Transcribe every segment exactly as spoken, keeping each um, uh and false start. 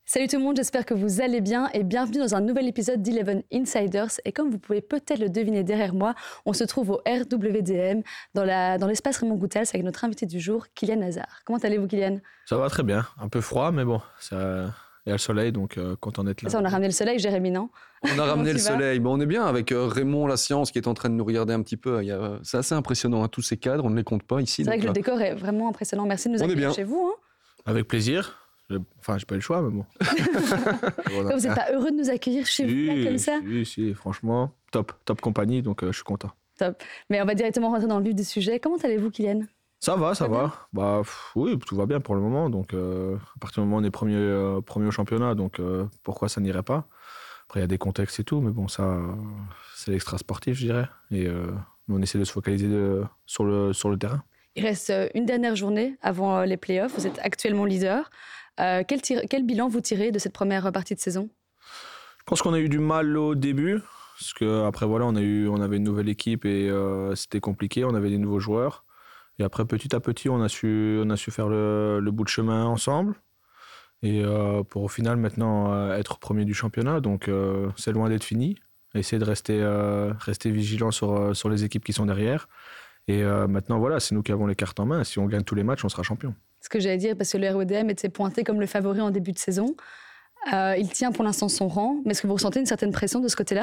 Salut tout le monde, j'espère que vous allez bien et bienvenue dans un nouvel épisode d'Eleven Insiders. Et comme vous pouvez peut-être le deviner derrière moi, on se trouve au R W D M dans, la, dans l'espace Raymond Goethals avec notre invité du jour, Kylian Hazard. Comment allez-vous, Kylian ? Ça va très bien, un peu froid, mais bon, ça... il y a le soleil, donc euh, content d'être là. Ça, on a ramené le soleil, Jérémy, non ? On a ramené le soleil. Bon, on est bien avec euh, Raymond La Science qui est en train de nous regarder un petit peu. Il y a... C'est assez impressionnant, hein, tous ces cadres, on ne les compte pas ici. C'est vrai donc, que le là... décor est vraiment impressionnant. Merci de nous accueillir chez vous. Hein. Avec plaisir. Enfin, j'ai pas eu le choix, mais bon. Voilà. Vous n'êtes pas heureux de nous accueillir chez si, vous, là, comme ça ? Si, si, franchement, top, top compagnie, donc euh, je suis content. Top. Mais on va directement rentrer dans le vif du sujet. Comment allez-vous, Kylian ? Ça va, ça, ça va. Bah, pff, oui, tout va bien pour le moment. Donc, euh, à partir du moment où on est premier, euh, premier au championnat, donc euh, pourquoi ça n'irait pas ? Après, il y a des contextes et tout, mais bon, ça, euh, c'est l'extra sportif, je dirais. Et euh, nous, on essaie de se focaliser de, sur, le, sur le terrain. Il reste une dernière journée avant les playoffs. Vous êtes actuellement leader. Euh, quel, tir- quel bilan vous tirez de cette première partie de saison ? Je pense qu'on a eu du mal au début, parce qu'après, voilà, on, a eu, on avait une nouvelle équipe et euh, c'était compliqué, on avait des nouveaux joueurs. Et après, petit à petit, on a su, on a su faire le, le bout de chemin ensemble. Et euh, pour au final, maintenant, euh, être premier du championnat. Donc, euh, c'est loin d'être fini. Essayer de rester, euh, rester vigilant sur, sur les équipes qui sont derrière. Et euh, maintenant, voilà, c'est nous qui avons les cartes en main. Si on gagne tous les matchs, on sera champion. Ce que j'allais dire, parce que le R W D M était pointé comme le favori en début de saison. Euh, il tient pour l'instant son rang. Mais est-ce que vous ressentez une certaine pression de ce côté-là ?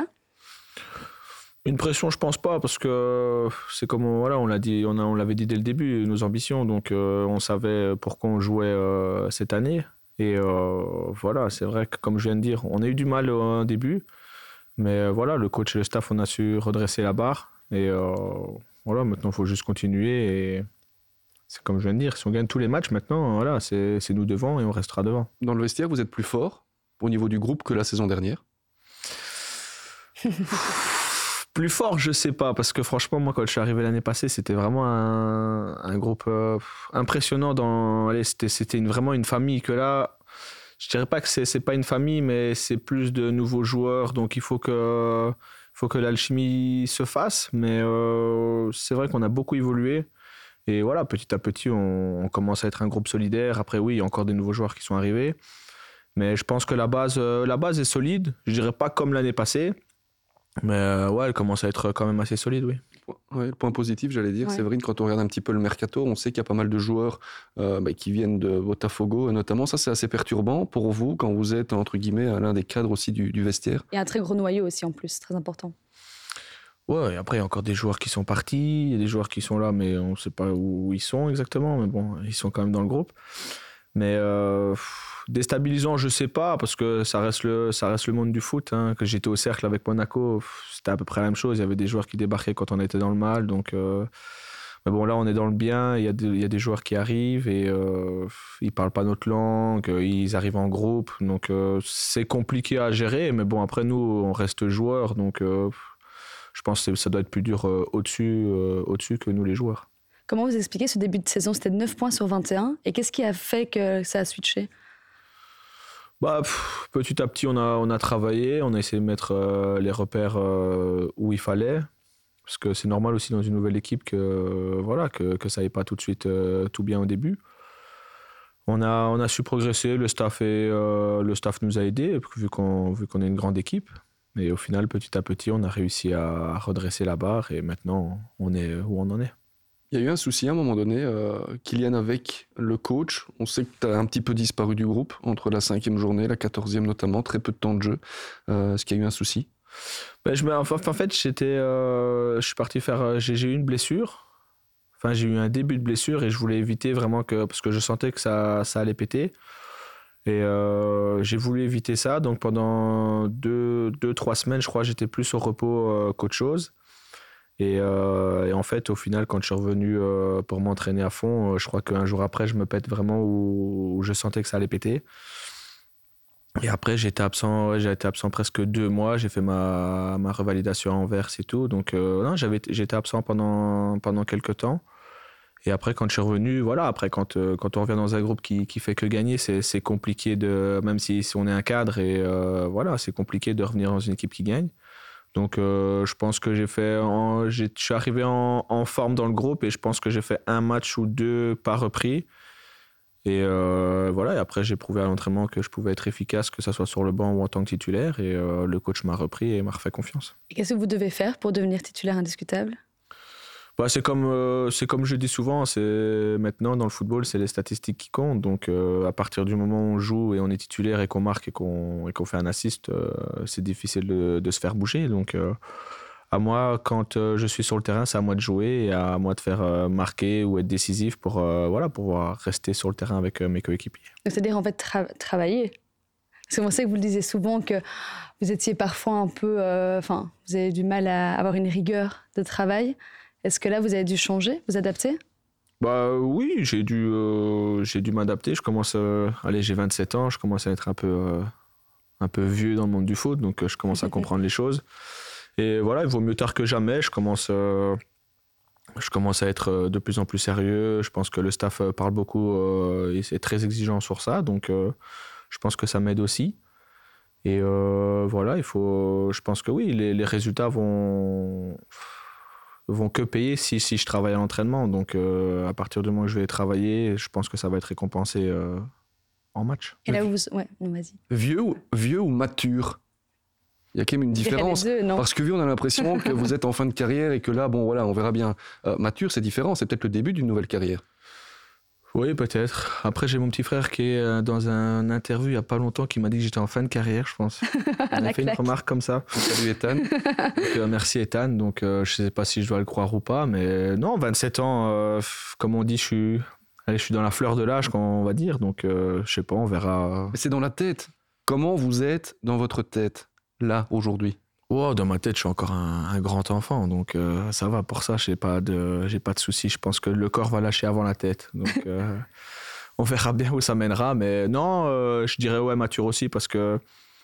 Une pression, je pense pas, parce que c'est comme on, voilà, on l'a dit, on, a, on l'avait dit dès le début, nos ambitions. Donc, euh, on savait pourquoi on jouait euh, cette année. Et euh, voilà, c'est vrai que, comme je viens de dire, on a eu du mal au début. Mais euh, voilà, le coach et le staff, on a su redresser la barre. Et euh, voilà, maintenant, il faut juste continuer. Et c'est comme je viens de dire, si on gagne tous les matchs, maintenant, voilà, c'est, c'est nous devant et on restera devant. Dans le vestiaire, vous êtes plus fort au niveau du groupe que la saison dernière ? Plus fort, je sais pas, parce que franchement, moi, quand je suis arrivé l'année passée, c'était vraiment un, un groupe euh, impressionnant. Dans, allez, c'était, c'était une, vraiment une famille que là, je dirais pas que c'est, c'est pas une famille, mais c'est plus de nouveaux joueurs, donc il faut que, faut que l'alchimie se fasse. Mais euh, c'est vrai qu'on a beaucoup évolué. Et voilà, petit à petit, on, on commence à être un groupe solidaire. Après, oui, il y a encore des nouveaux joueurs qui sont arrivés. Mais je pense que la base, euh, la base est solide. Je dirais pas comme l'année passée. Mais euh, ouais, elle commence à être quand même assez solide, oui. Ouais, le point positif, j'allais dire, ouais. Séverine, quand on regarde un petit peu le mercato, on sait qu'il y a pas mal de joueurs euh, bah, qui viennent de Botafogo, notamment. Ça, c'est assez perturbant pour vous quand vous êtes, entre guillemets, l'un des cadres aussi du, du vestiaire. Il y a un très gros noyau aussi, en plus, très important. Ouais, et après, il y a encore des joueurs qui sont partis, il y a des joueurs qui sont là, mais on ne sait pas où ils sont exactement. Mais bon, ils sont quand même dans le groupe. Mais euh, déstabilisant, je ne sais pas, parce que ça reste le, ça reste le monde du foot. Hein. Quand j'étais au Cercle avec Monaco, c'était à peu près la même chose. Il y avait des joueurs qui débarquaient quand on était dans le mal. Donc, euh... mais bon, là, on est dans le bien. Il y a des, il y a des joueurs qui arrivent et euh, ils ne parlent pas notre langue. Ils arrivent en groupe. Donc, euh, c'est compliqué à gérer. Mais bon, après, nous, on reste joueurs. Donc, euh, je pense que ça doit être plus dur euh, au-dessus, euh, au-dessus que nous, les joueurs. Comment vous expliquez ce début de saison ? C'était neuf points sur vingt et un. Et qu'est-ce qui a fait que ça a switché ? Bah, pff, petit à petit, on a, on a travaillé. On a essayé de mettre euh, les repères euh, où il fallait. Parce que c'est normal aussi dans une nouvelle équipe que, euh, voilà, que, que ça n'aille pas tout de suite euh, tout bien au début. On a, on a su progresser. Le staff, est, euh, le staff nous a aidés, vu qu'on, vu qu'on est une grande équipe. Et au final, petit à petit, on a réussi à redresser la barre. Et maintenant, on est où on en est. Il y a eu un souci à un moment donné, euh, Kylian, avec le coach. On sait que tu as un petit peu disparu du groupe entre la cinquième journée, la quatorzième notamment, très peu de temps de jeu. Euh, est-ce qu'il y a eu un souci ? ben, je, en fait, j'étais, euh, je suis parti faire... J'ai, j'ai eu une blessure. Enfin, j'ai eu un début de blessure et je voulais éviter vraiment que... Parce que je sentais que ça, ça allait péter. Et euh, j'ai voulu éviter ça. Donc, pendant deux, deux, trois semaines, je crois, j'étais plus au repos euh, qu'autre chose. Et, euh, et en fait, au final, quand je suis revenu euh, pour m'entraîner à fond, euh, je crois qu'un jour après, je me pète vraiment où, où je sentais que ça allait péter. Et après, j'ai été absent, ouais, j'ai été absent presque deux mois. J'ai fait ma, ma revalidation à Anvers et tout. Donc, euh, non, j'avais, j'étais absent pendant, pendant quelques temps. Et après, quand je suis revenu, voilà, après, quand, euh, quand on revient dans un groupe qui, qui fait que gagner, c'est, c'est compliqué de, même si, si on est un cadre, et euh, voilà, c'est compliqué de revenir dans une équipe qui gagne. Donc, euh, je pense que j'ai fait, en, j'ai, je suis arrivé en, en forme dans le groupe et je pense que j'ai fait un match ou deux par repris. Et euh, voilà, et après j'ai prouvé à l'entraînement que je pouvais être efficace, que ce soit sur le banc ou en tant que titulaire, et euh, le coach m'a repris et m'a refait confiance. Et qu'est-ce que vous devez faire pour devenir titulaire indiscutable ? Bah, c'est comme, euh, c'est comme je dis souvent, c'est, maintenant dans le football, c'est les statistiques qui comptent. Donc euh, à partir du moment où on joue et on est titulaire et qu'on marque et qu'on, et qu'on fait un assist, euh, c'est difficile de, de se faire bouger. Donc euh, à moi, quand euh, je suis sur le terrain, c'est à moi de jouer et à moi de faire euh, marquer ou être décisif pour euh, voilà, pouvoir rester sur le terrain avec euh, mes coéquipiers. C'est-à-dire en fait tra- travailler. Parce que moi, c'est que vous le disiez souvent que vous étiez parfois un peu... Enfin, euh, vous avez du mal à avoir une rigueur de travail. Est-ce que là, vous avez dû changer, vous adapter ? Bah oui, j'ai dû, euh, j'ai dû m'adapter. Je commence, euh, allez, j'ai vingt-sept ans, je commence à être un peu, euh, un peu vieux dans le monde du foot, donc euh, je commence à comprendre les choses. Et voilà, il vaut mieux tard que jamais. Je commence, euh, je commence à être de plus en plus sérieux. Je pense que le staff parle beaucoup euh, et c'est très exigeant sur ça, donc euh, je pense que ça m'aide aussi. Et euh, voilà, il faut, je pense que oui, les, les résultats vont... vont que payer si, si je travaille à l'entraînement. Donc, euh, à partir du moment où je vais travailler, je pense que ça va être récompensé euh, en match. Et là où vous... Ouais, non, vas-y. Vieux ou, vieux ou mature ? Il y a quand même une différence. Deux, non. Parce que vieux, on a l'impression que vous êtes en fin de carrière et que là, bon, voilà, on verra bien. Euh, mature, c'est différent. C'est peut-être le début d'une nouvelle carrière. Oui, peut-être. Après, j'ai mon petit frère qui est dans un interview il n'y a pas longtemps qui m'a dit que j'étais en fin de carrière, je pense. Il a fait une remarque comme ça. Salut Ethan. Donc, euh, merci Ethan. Donc, euh, je ne sais pas si je dois le croire ou pas, mais non, vingt-sept ans, euh, comme on dit, je suis, allez, je suis dans la fleur de l'âge, on va dire. Donc, euh, je ne sais pas, on verra. Mais c'est dans la tête. Comment vous êtes dans votre tête, là, aujourd'hui ? Oh, dans ma tête, je suis encore un, un grand enfant, donc euh, ça va. Pour ça, je n'ai pas de, j'ai pas de soucis. Je pense que le corps va lâcher avant la tête. Donc, euh, on verra bien où ça mènera. Mais non, euh, je dirais ouais, mature aussi, parce que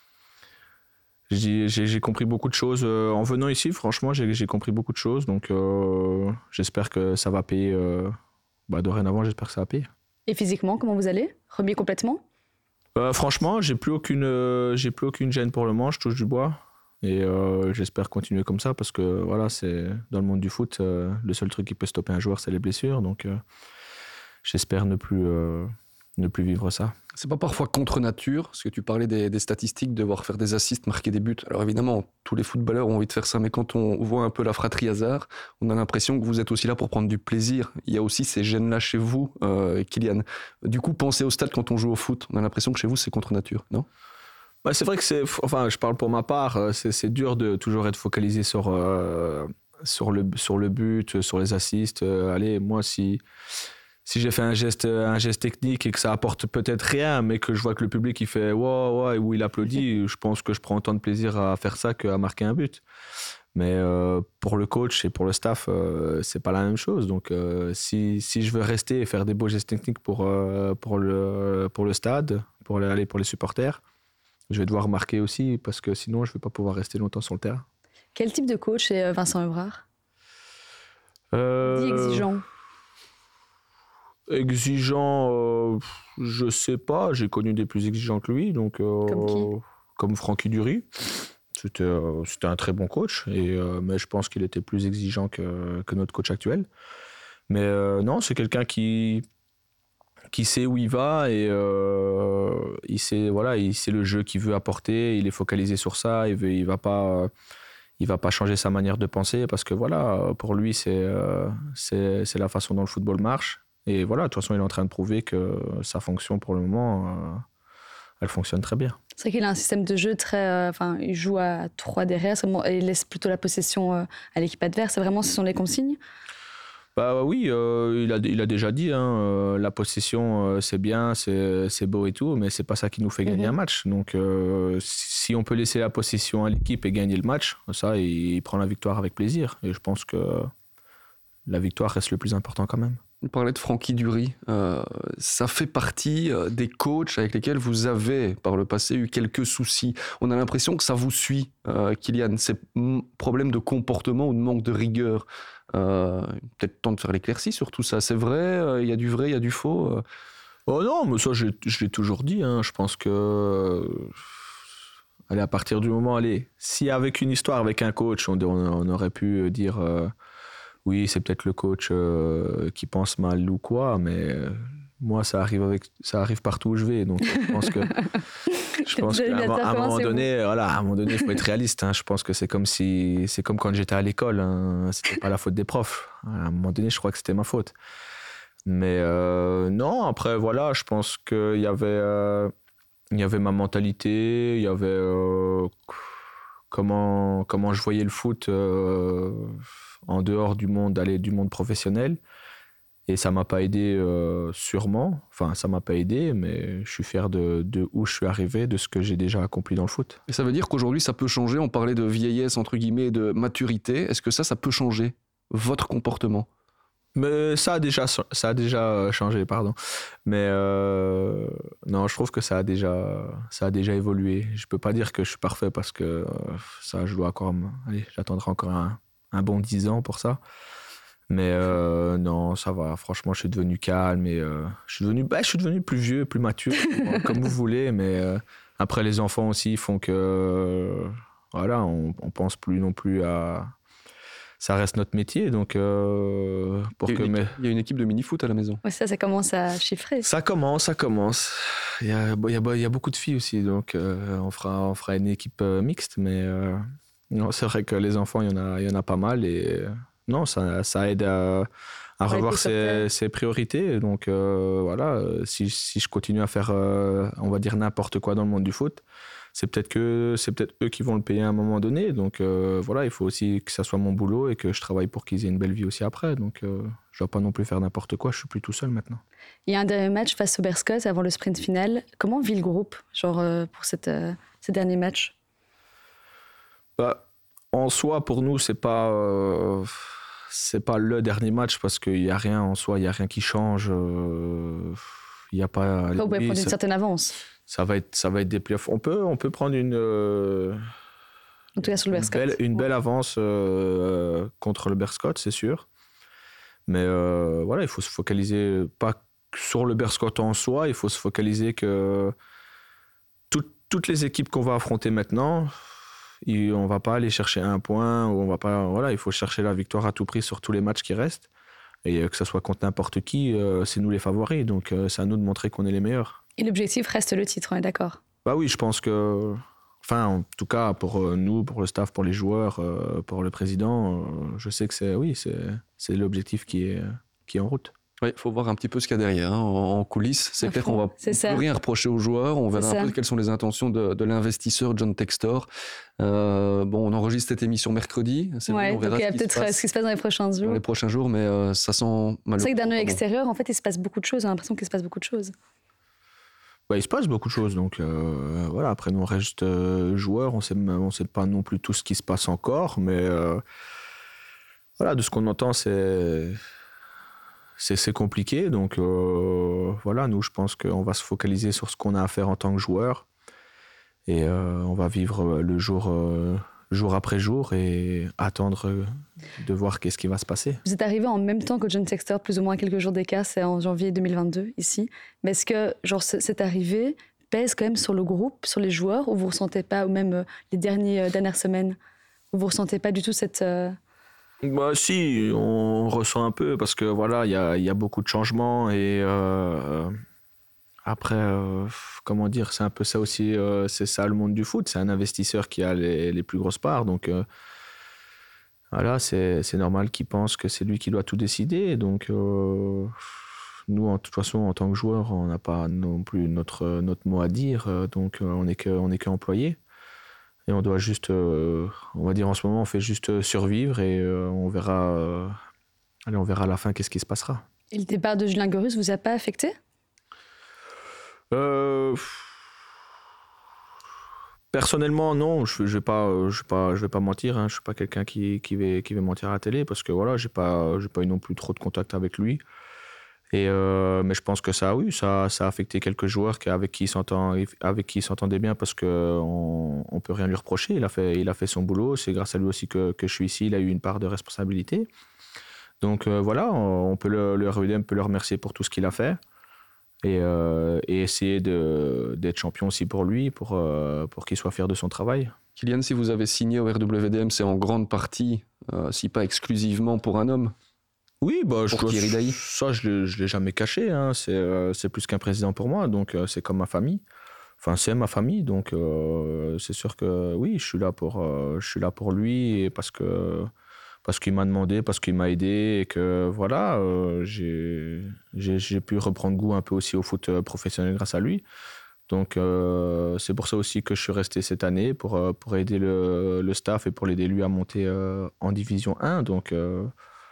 j'ai, j'ai, j'ai compris beaucoup de choses. En venant ici, franchement, j'ai, j'ai compris beaucoup de choses. Donc, euh, j'espère que ça va payer. Euh, bah, dorénavant, j'espère que ça va payer. Et physiquement, comment vous allez ? Remis complètement ? euh, Franchement, j'ai plus aucune, euh, j'ai plus aucune gêne pour le moment. Je touche du bois. Et euh, j'espère continuer comme ça parce que voilà, c'est dans le monde du foot, euh, le seul truc qui peut stopper un joueur, c'est les blessures. Donc euh, j'espère ne plus, euh, ne plus vivre ça. C'est pas parfois contre nature, parce que tu parlais des, des statistiques, devoir faire des assists, marquer des buts. Alors évidemment, tous les footballeurs ont envie de faire ça, mais quand on voit un peu la fratrie Hazard, on a l'impression que vous êtes aussi là pour prendre du plaisir. Il y a aussi ces gènes-là chez vous, euh, Kylian. Du coup, pensez au stade quand on joue au foot. On a l'impression que chez vous, c'est contre nature, non ? Ouais, c'est vrai que c'est, enfin, je parle pour ma part, c'est, c'est dur de toujours être focalisé sur, euh, sur, le, sur le but, sur les assists. Euh, allez, moi, si, si j'ai fait un geste, un geste technique et que ça apporte peut-être rien, mais que je vois que le public il fait wow, wow, ou il applaudit, je pense que je prends autant de plaisir à faire ça qu'à marquer un but. Mais euh, pour le coach et pour le staff, euh, c'est pas la même chose. Donc, euh, si, si je veux rester et faire des beaux gestes techniques pour, euh, pour, le, pour le stade, pour, le, allez, pour les supporters, je vais devoir marquer aussi, parce que sinon, je ne vais pas pouvoir rester longtemps sur le terrain. Quel type de coach est Vincent Evrard ? euh... Dit exigeant. Exigeant, euh, je ne sais pas. J'ai connu des plus exigeants que lui. Donc, euh, comme qui ? Comme Francky Dury. C'était, euh, c'était un très bon coach, et, euh, mais je pense qu'il était plus exigeant que, que notre coach actuel. Mais euh, non, c'est quelqu'un qui... qui sait où il va et euh, il sait voilà il sait le jeu qu'il veut apporter, il est focalisé sur ça, il veut il va pas il va pas changer sa manière de penser parce que voilà pour lui c'est euh, c'est c'est la façon dont le football marche et voilà de toute façon il est en train de prouver que sa fonction pour le moment euh, elle fonctionne très bien. C'est vrai qu'il a un système de jeu très enfin euh, il joue à trois derrière et il laisse plutôt la possession euh, à l'équipe adverse. C'est vraiment ce sont les consignes. Bah oui, euh, il, a, il a déjà dit, hein, euh, la possession, euh, c'est bien, c'est, c'est beau et tout, mais c'est pas ça qui nous fait gagner mmh. un match. Donc, euh, si on peut laisser la possession à l'équipe et gagner le match, ça, il, il prend la victoire avec plaisir. Et je pense que la victoire reste le plus important quand même. On parlait de Francky Dury. Euh, ça fait partie des coachs avec lesquels vous avez, par le passé, eu quelques soucis. On a l'impression que ça vous suit, euh, Kylian, ces m- problèmes de comportement ou de manque de rigueur. Euh, peut-être temps de faire l'éclaircie sur tout ça. C'est vrai, il euh, y a du vrai, il y a du faux. Euh. Oh non, mais ça, je, je l'ai toujours dit. Hein. Je pense que... Euh, allez, à partir du moment... Allez, si avec une histoire, avec un coach, on, on, on aurait pu dire... Euh, oui, c'est peut-être le coach euh, qui pense mal ou quoi, mais euh, moi, ça arrive, avec, ça arrive partout où je vais. Donc, je pense que, je pense qu'à un, à un moment donné, voilà, à un moment donné, il faut être réaliste. Hein. Je pense que c'est comme, si, c'est comme quand j'étais à l'école. Hein. C'était pas la faute des profs. À un moment donné, je crois que c'était ma faute. Mais euh, non, après, voilà, je pense qu'il y avait, euh, il y avait ma mentalité, il y avait euh, comment, comment je voyais le foot euh, en dehors du monde, aller du monde professionnel. Et ça m'a pas aidé euh, sûrement. Enfin, ça m'a pas aidé, mais je suis fier de, de où je suis arrivé, de ce que j'ai déjà accompli dans le foot. Et ça veut dire qu'aujourd'hui, ça peut changer. On parlait de vieillesse, entre guillemets, de maturité. Est-ce que ça, ça peut changer votre comportement ? Mais ça a déjà, ça a déjà changé, pardon. Mais euh, non, je trouve que ça a déjà, ça a déjà évolué. Je peux pas dire que je suis parfait parce que euh, ça, je dois encore, allez, j'attendrai encore un, un bon dix ans pour ça. Mais euh, non, ça va. Franchement, je suis devenu calme et euh, je suis devenu, bah, je suis devenu plus vieux, plus mature, comme vous voulez. Mais euh, après, les enfants aussi font que, euh, voilà, on, on pense plus non plus à. Ça reste notre métier, donc euh, pour il, y que. Équipe, mes... il y a une équipe de mini-foot à la maison. Oui, ça, ça commence à chiffrer. Ça commence, ça commence. Il y a, il y a, il y a beaucoup de filles aussi, donc euh, on fera, on fera une équipe euh, mixte, mais euh, non, c'est vrai que les enfants, il y en a, il y en a pas mal et. Euh, Non, ça, ça aide à, à revoir ses, ses priorités. Donc euh, voilà, si, si je continue à faire, euh, on va dire, n'importe quoi dans le monde du foot, c'est peut-être, que, c'est peut-être eux qui vont le payer à un moment donné. Donc euh, voilà, il faut aussi que ça soit mon boulot et que je travaille pour qu'ils aient une belle vie aussi après. Donc euh, je ne dois pas non plus faire n'importe quoi, je ne suis plus tout seul maintenant. Il y a un dernier match face au Berscott avant le sprint final. Comment vit le groupe genre, euh, pour cette, euh, ces derniers matchs ? Bah, en soi, pour nous, c'est pas, euh, c'est pas le dernier match parce qu'il n'y a rien en soi, il n'y a rien qui change. Euh, il y a pas. Après, vous pouvez oui, prendre ça, une certaine avance. Ça va être, ça va être des playoffs. On peut, on peut prendre une. Euh, en tout cas, sur le une belle, une belle avance euh, contre le Berscott, c'est sûr. Mais euh, voilà, il faut se focaliser pas sur le Berscott en soi, il faut se focaliser que tout, toutes les équipes qu'on va affronter maintenant. Et on ne va pas aller chercher un point, ou on va pas, voilà, il faut chercher la victoire à tout prix sur tous les matchs qui restent. Et que ce soit contre n'importe qui, euh, c'est nous les favoris. Donc euh, c'est à nous de montrer qu'on est les meilleurs. Et l'objectif reste le titre, on est d'accord ? Bah oui, je pense que, enfin, en tout cas, pour euh, nous, pour le staff, pour les joueurs, euh, pour le président, euh, je sais que c'est, oui, c'est, c'est l'objectif qui est, qui est en route. Oui, il faut voir un petit peu ce qu'il y a derrière, hein, en, en coulisses. C'est à clair fond, qu'on ne peut rien reprocher aux joueurs. On verra un peu quelles sont les intentions de, de l'investisseur John Textor. Euh, bon, on enregistre cette émission mercredi. C'est ouais, vrai, on verra donc il y a ce peut-être se ce qui se passe dans les prochains jours. Dans les prochains jours, mais euh, ça sent malheureux. C'est vrai que d'un œil extérieur, en fait, il se passe beaucoup de choses. J'ai l'impression qu'il se passe beaucoup de choses. Bah, il se passe beaucoup de choses. Donc euh, voilà, après, nous, on reste euh, joueurs. On sait, on sait pas non plus tout ce qui se passe encore. Mais euh, voilà, de ce qu'on entend, c'est... C'est, c'est compliqué, donc euh, voilà, nous, je pense qu'on va se focaliser sur ce qu'on a à faire en tant que joueur et euh, on va vivre le jour, euh, jour après jour et attendre de voir qu'est-ce qui va se passer. Vous êtes arrivé en même temps que John Textor, plus ou moins quelques jours d'écart, c'est en janvier deux mille vingt-deux ici, mais est-ce que genre, cette arrivée pèse quand même sur le groupe, sur les joueurs, ou vous ne ressentez pas, ou même euh, les derniers, euh, dernières semaines, où vous ne ressentez pas du tout cette... Euh... Bah, si, on ressent un peu parce que voilà, il y a, y a beaucoup de changements et euh, après, euh, comment dire, c'est un peu ça aussi, euh, c'est ça le monde du foot, c'est un investisseur qui a les, les plus grosses parts, donc euh, voilà, c'est, c'est normal qu'il pense que c'est lui qui doit tout décider, donc euh, nous, en toute façon, en tant que joueur, on n'a pas non plus notre, notre mot à dire, donc on n'est que, on n'est qu'employé. Et on doit juste, euh, on va dire en ce moment, on fait juste survivre et euh, on verra, euh, allez, on verra à la fin qu'est-ce qui se passera. Et le départ de Julien Gorus vous a pas affecté ? euh, Personnellement, non. Je, je vais pas, je vais pas, je vais pas mentir. Hein. Je suis pas quelqu'un qui, qui va, qui va mentir à la télé parce que voilà, j'ai pas, j'ai pas eu non plus trop de contact avec lui. Et euh, mais je pense que ça, oui, ça, ça a affecté quelques joueurs qui, avec qui il s'entend, avec qui il s'entendait bien parce qu'on on peut rien lui reprocher. Il a fait, il a fait son boulot. C'est grâce à lui aussi que, que je suis ici. Il a eu une part de responsabilité. Donc euh, voilà, on peut le, le R U D M peut le remercier pour tout ce qu'il a fait et, euh, et essayer de, d'être champion aussi pour lui, pour, euh, pour qu'il soit fier de son travail. Kylian, si vous avez signé au R W D M, c'est en grande partie, euh, si pas exclusivement pour un homme. Oui, bah, pour je, Thierry Dailly. Ça, je ne l'ai jamais caché. Hein. C'est, euh, c'est plus qu'un président pour moi, donc euh, c'est comme ma famille. Enfin, c'est ma famille, donc euh, c'est sûr que oui, je suis là pour, euh, je suis là pour lui et parce que parce qu'il m'a demandé, parce qu'il m'a aidé et que voilà, euh, j'ai, j'ai, j'ai pu reprendre goût un peu aussi au foot professionnel grâce à lui. Donc euh, c'est pour ça aussi que je suis resté cette année pour euh, pour aider le, le staff et pour l'aider lui à monter euh, en division un. Donc euh,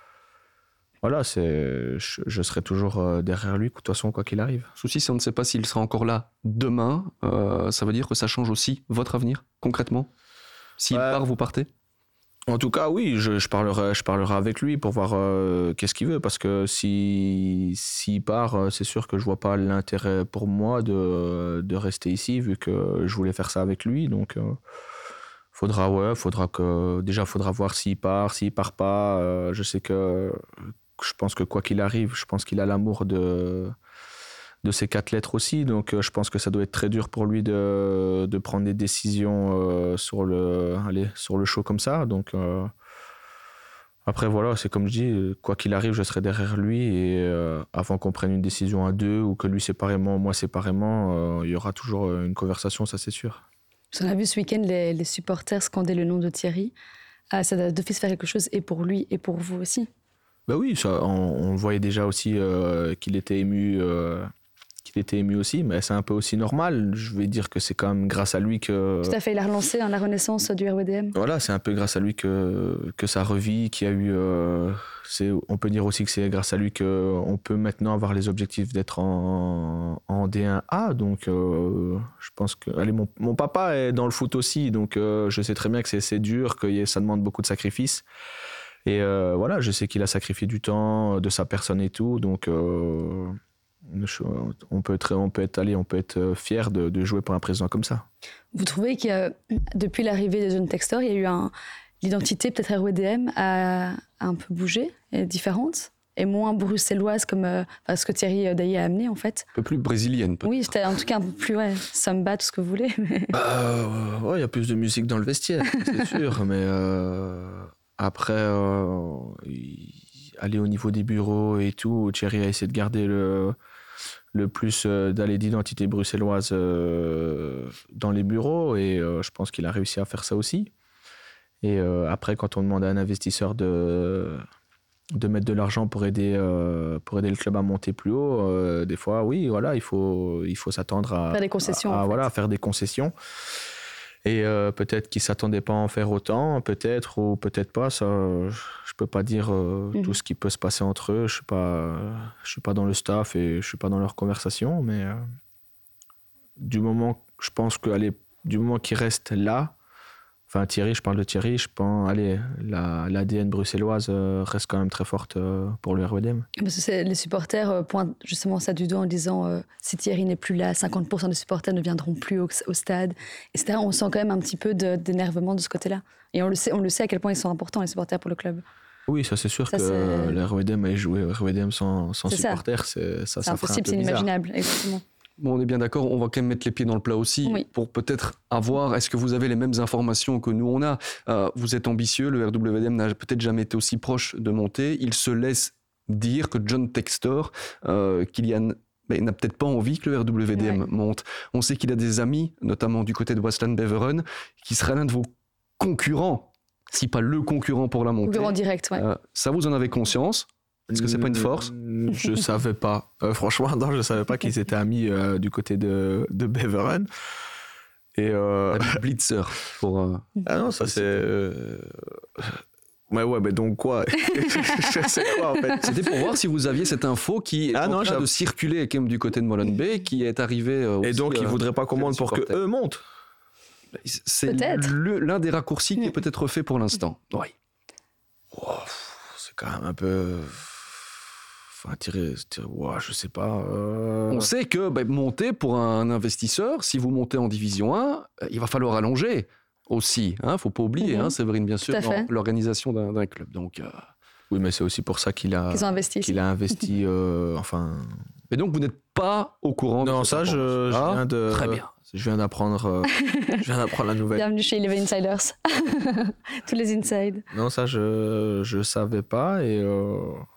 voilà, c'est, je, je serai toujours euh, derrière lui, de toute façon, quoi qu'il arrive. Le souci, c'est on ne sait pas s'il sera encore là demain. Euh, ça veut dire que ça change aussi votre avenir, concrètement. S'il Ouais. part, vous partez ? En tout cas, oui, je, je, parlerai, je parlerai avec lui pour voir euh, qu'est-ce qu'il veut. Parce que si, s'il part, c'est sûr que je ne vois pas l'intérêt pour moi de, de rester ici, vu que je voulais faire ça avec lui. Donc, euh, faudra, ouais, faudra que, déjà, il faudra voir s'il part, s'il ne part pas. Euh, je sais que je pense que quoi qu'il arrive, je pense qu'il a l'amour de, de ces quatre lettres aussi. Donc, euh, je pense que ça doit être très dur pour lui de, de prendre des décisions euh, sur, le, allez, sur le show comme ça. Donc, euh, après, voilà, c'est comme je dis, quoi qu'il arrive, je serai derrière lui. Et euh, avant qu'on prenne une décision à deux ou que lui séparément, moi séparément, euh, il y aura toujours une conversation, ça c'est sûr. On a vu ce week-end les, les supporters scander le nom de Thierry. Ah, ça doit d'office faire quelque chose et pour lui et pour vous aussi. Ben oui, ça, on, on voyait déjà aussi euh, qu'il était ému, euh, qu'il était ému aussi, mais c'est un peu aussi normal. Je vais dire que c'est quand même grâce à lui que... Tout à fait, il a relancé hein, la renaissance du R W D M. Voilà, c'est un peu grâce à lui que, que ça revit, qu'il y a eu... Euh, c'est, on peut dire aussi que c'est grâce à lui qu'on peut maintenant avoir les objectifs d'être en, en D un A. Donc, euh, je pense que... Allez, mon, mon papa est dans le foot aussi, donc euh, je sais très bien que c'est, c'est dur, que ça demande beaucoup de sacrifices. Et euh, voilà, je sais qu'il a sacrifié du temps, de sa personne et tout, donc euh, on peut être, on peut être, allez, on peut être fier de, de jouer pour un président comme ça. Vous trouvez que depuis l'arrivée des jeunes texteurs, il y a eu un, l'identité peut-être R W D M a, a un peu bougé, est différente, et moins bruxelloise comme euh, ce que Thierry Dailly a amené en fait. Un peu plus brésilienne peut-être. Oui, c'était en tout cas un peu plus ouais, samba, tout ce que vous voulez. Mais... Euh, ouais, il y a plus de musique dans le vestiaire, c'est sûr, mais. Euh... Après, euh, aller au niveau des bureaux et tout, Thierry a essayé de garder le, le plus euh, d'aller d'identité bruxelloise euh, dans les bureaux et euh, je pense qu'il a réussi à faire ça aussi. Et euh, après, quand on demande à un investisseur de, de mettre de l'argent pour aider, euh, pour aider le club à monter plus haut, euh, des fois, oui, voilà, il faut, il faut s'attendre à faire des concessions. À, à, en fait. voilà, à faire des concessions. Et euh, peut-être qu'ils ne s'attendaient pas à en faire autant, peut-être, ou peut-être pas. Ça, je ne peux pas dire euh, mmh. tout ce qui peut se passer entre eux. Je ne suis, euh, suis pas dans le staff et je ne suis pas dans leurs conversations. Mais euh, du moment, je pense que, allez, du moment qu'ils restent là, enfin Thierry, je parle de Thierry, je pense, allez, la, l'A D N bruxelloise euh, reste quand même très forte euh, pour le R W D M. Parce que c'est, les supporters euh, pointent justement ça du doigt en disant euh, si Thierry n'est plus là, cinquante pour cent des supporters ne viendront plus au, au stade, et cetera. On sent quand même un petit peu de, d'énervement de ce côté-là. Et on le sait, on le sait à quel point ils sont importants, les supporters, pour le club. Oui, ça c'est sûr ça, que c'est... le R W D M allait jouer au R W D M sans, sans supporters, c'est, ça, c'est ça impossible, ferait un peu c'est inimaginable, exactement. Bon, on est bien d'accord, on va quand même mettre les pieds dans le plat aussi oui. pour peut-être avoir, est-ce que vous avez les mêmes informations que nous on a euh, Vous êtes ambitieux, le R W D M n'a peut-être jamais été aussi proche de monter. Il se laisse dire que John Textor, euh, Kylian, ben, n'a peut-être pas envie que le R W D M ouais. monte. On sait qu'il a des amis, notamment du côté de Waasland Beveren, qui sera l'un de vos concurrents, si pas le concurrent pour la montée. Concurrent direct, ouais. Euh, ça, vous en avez conscience ? Est-ce que c'est pas une force ? Je savais pas. Euh, franchement, non, je savais pas qu'ils étaient amis euh, du côté de, de Beveren. Et euh... Blitzer pour. Euh... Ah non, ça c'est. Euh... Ouais, ouais, mais donc quoi ? Je sais quoi en fait. C'était pour voir si vous aviez cette info qui est ah en non, train j'avoue. de circuler quand même du côté de Molenbeek, qui est arrivée. Euh, Et donc, ils euh, voudraient pas qu'on monte pour que eux montent. C'est le, l'un des raccourcis mmh. qui est peut-être fait pour l'instant. Oui. Oh, c'est quand même un peu. Enfin, tirer, tirer wow, je sais pas. Euh... On sait que bah, monter pour un investisseur, si vous montez en division un, il va falloir allonger aussi. Il hein, ne faut pas oublier, mmh. hein, Séverine, bien sûr, dans l'organisation d'un, d'un club. Donc, euh... oui, mais c'est aussi pour ça qu'il a, Qu'ils ont investi. Qu'il a investi. euh, enfin. Mais donc, vous n'êtes pas au courant non, de ça, je, je viens de. Très bien. Je viens d'apprendre, euh, je viens d'apprendre la nouvelle. Bienvenue chez Eleven Insiders. Tous les insides. Non, ça, je ne savais pas. Et. Euh...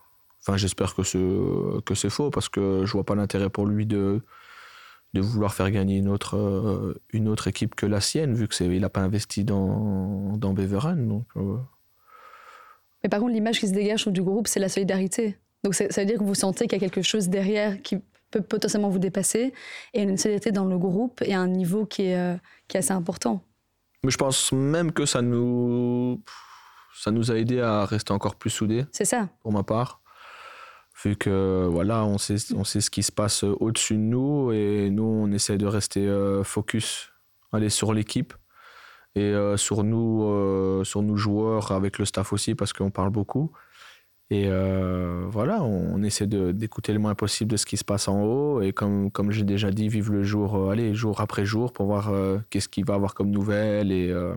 enfin, j'espère que c'est, que c'est faux, parce que je vois pas l'intérêt pour lui de, de vouloir faire gagner une autre, euh, une autre équipe que la sienne, vu qu'il n'a pas investi dans, dans Beveren. Donc, euh... Mais par contre, l'image qui se dégage du groupe, c'est la solidarité. Donc ça veut dire que vous sentez qu'il y a quelque chose derrière qui peut potentiellement vous dépasser, et une solidarité dans le groupe et à un niveau qui est, euh, qui est assez important. Mais je pense même que ça nous, ça nous a aidé à rester encore plus soudés. C'est ça. Pour ma part. Vu que voilà, on sait, on sait ce qui se passe au-dessus de nous, et nous, on essaie de rester euh, focus, aller sur l'équipe et euh, sur nous, euh, sur nous joueurs, avec le staff aussi, parce qu'on parle beaucoup. Et euh, voilà, on, on essaie de, d'écouter le moins possible de ce qui se passe en haut, et comme, comme j'ai déjà dit, vivre le jour, euh, allez, jour après jour, pour voir euh, qu'est-ce qu'il va avoir comme nouvelles, et euh,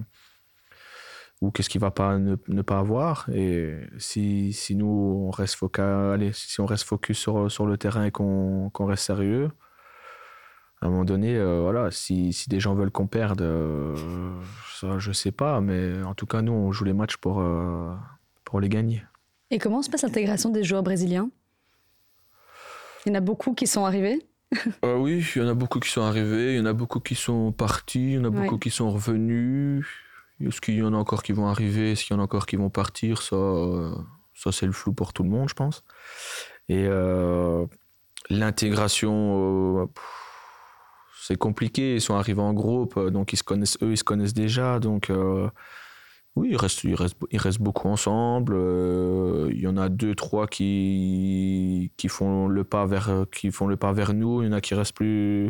ou qu'est-ce qu'il va pas ne, ne pas avoir. Et si, si nous on reste focus, allez, si on reste focus sur, sur le terrain et qu'on, qu'on reste sérieux, à un moment donné, euh, voilà, si, si des gens veulent qu'on perde, euh, ça je sais pas, mais en tout cas nous on joue les matchs pour, euh, pour les gagner. Et comment se passe l'intégration des joueurs brésiliens ? Il y en a beaucoup qui sont arrivés ? euh, Oui, il y en a beaucoup qui sont arrivés, il y en a beaucoup qui sont partis, il y en a beaucoup ouais. qui sont revenus. Est-ce qu'il y en a encore qui vont arriver, est-ce qu'il y en a encore qui vont partir, ça, euh, ça c'est le flou pour tout le monde, je pense. Et euh, l'intégration, euh, c'est compliqué, ils sont arrivés en groupe, donc ils se connaissent, eux ils se connaissent déjà, donc euh, oui, ils restent, ils, restent, ils restent beaucoup ensemble. Euh, il y en a deux, trois qui, qui, font le pas vers, qui font le pas vers nous, il y en a qui restent plus...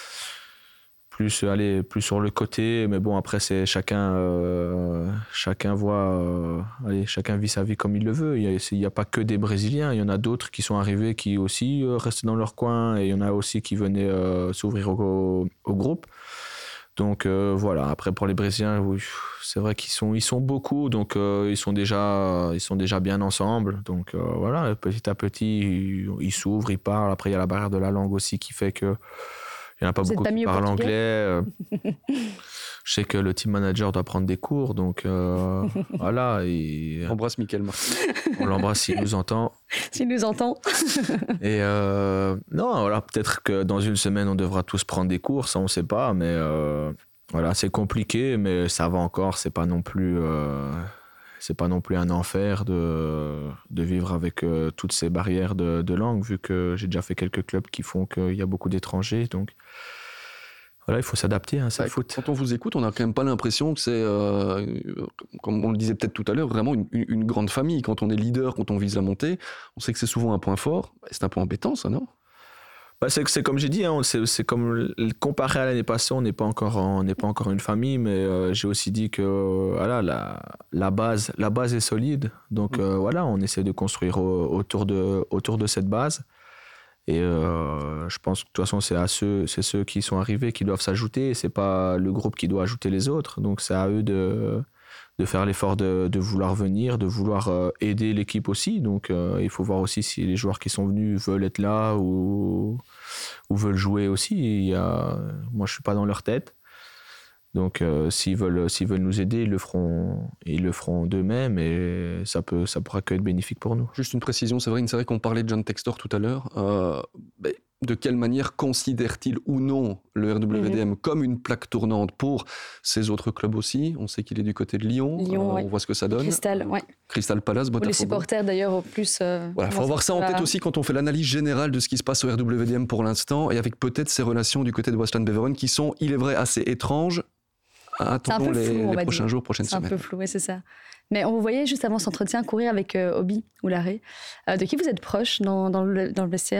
Plus, aller plus sur le côté, mais bon, après, c'est chacun, euh, chacun voit, euh, allez, chacun vit sa vie comme il le veut. Il n'y a, a pas que des Brésiliens, il y en a d'autres qui sont arrivés qui aussi euh, restaient dans leur coin, et il y en a aussi qui venaient euh, s'ouvrir au, au groupe. Donc euh, voilà, après pour les Brésiliens, oui, c'est vrai qu'ils sont, ils sont beaucoup, donc euh, ils, sont déjà, ils sont déjà bien ensemble. Donc euh, voilà, petit à petit, ils, ils s'ouvrent, ils parlent. Après, il y a la barrière de la langue aussi qui fait que il n'y en a pas Vous beaucoup qui parlent anglais. Je sais que le team manager doit prendre des cours, donc euh, voilà. Et on embrasse Michael Martin. On l'embrasse s'il nous entend. S'il nous entend. Et euh, non, voilà, peut-être que dans une semaine, on devra tous prendre des cours, ça on ne sait pas, mais euh, voilà, c'est compliqué, mais ça va encore. C'est pas non plus, euh, c'est pas non plus un enfer de, de vivre avec euh, toutes ces barrières de, de langue, vu que j'ai déjà fait quelques clubs qui font qu'il y a beaucoup d'étrangers, donc. Voilà, il faut s'adapter, hein, c'est bah, le foot. Quand on vous écoute, on n'a quand même pas l'impression que c'est, euh, comme on le disait peut-être tout à l'heure, vraiment une, une, une grande famille. Quand on est leader, quand on vise la montée, on sait que c'est souvent un point fort. C'est un peu embêtant, ça, non ? Bah c'est, c'est comme j'ai dit, hein, c'est, c'est comme comparé à l'année passée, on n'est pas encore, on n'est pas encore une famille, mais euh, j'ai aussi dit que euh, voilà, la, la, base, la base est solide. Donc mmh. euh, voilà, on essaie de construire au, autour, de, autour de cette base. Et euh, je pense que de toute façon, c'est, à ceux, c'est ceux qui sont arrivés qui doivent s'ajouter. Ce n'est pas le groupe qui doit ajouter les autres. Donc, c'est à eux de, de faire l'effort de, de vouloir venir, de vouloir euh, aider l'équipe aussi. Donc, euh, il faut voir aussi si les joueurs qui sont venus veulent être là ou, ou veulent jouer aussi. Il y a, moi, je ne suis pas dans leur tête. Donc, euh, s'ils veulent, s'ils veulent nous aider, ils le feront, ils le feront d'eux-mêmes, et ça peut, ça pourra que être bénéfique pour nous. Juste une précision, Séverine, c'est vrai qu'on parlait de John Textor tout à l'heure. Euh, ben, de quelle manière considère-t-il ou non le R W D M mmh. comme une plaque tournante pour ses autres clubs aussi ? On sait qu'il est du côté de Lyon. Lyon, euh, ouais. On voit ce que ça donne. Crystal, ouais. Crystal Palace, Botafogo. Ou les supporters d'ailleurs au plus. Euh, voilà, il faut avoir ça en tête aussi quand on fait l'analyse générale de ce qui se passe au R W D M pour l'instant, et avec peut-être ces relations du côté de Waasland Beveren qui sont, il est vrai, assez étranges. Attendons les, flou, les prochains dire. jours, prochaines c'est semaines. C'est un peu flou, oui, c'est ça. Mais on vous voyait juste avant cet entretien courir avec euh, Obi Oulare. Euh, de qui vous êtes proche dans, dans, le, dans le vestiaire ?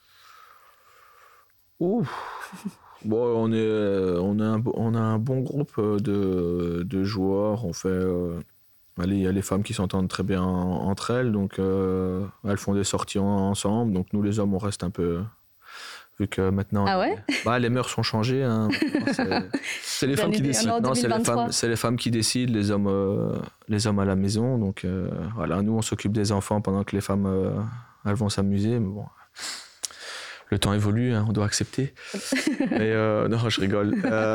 Ouh. Bon, on, est, on, a un, on a un bon groupe de, de joueurs. On fait, euh, allez, il y a les femmes qui s'entendent très bien entre elles, donc euh, elles font des sorties ensemble. Donc nous, les hommes, on reste un peu... Vu que maintenant, ah ouais bah, les mœurs sont changées. Hein. C'est, c'est les femmes qui décident. Non, c'est les femmes, c'est les femmes qui décident, les hommes, euh, les hommes à la maison. Donc euh, voilà, nous on s'occupe des enfants pendant que les femmes euh, elles vont s'amuser. Mais bon, le temps évolue, hein, on doit accepter. Mais euh, non, je rigole. Euh...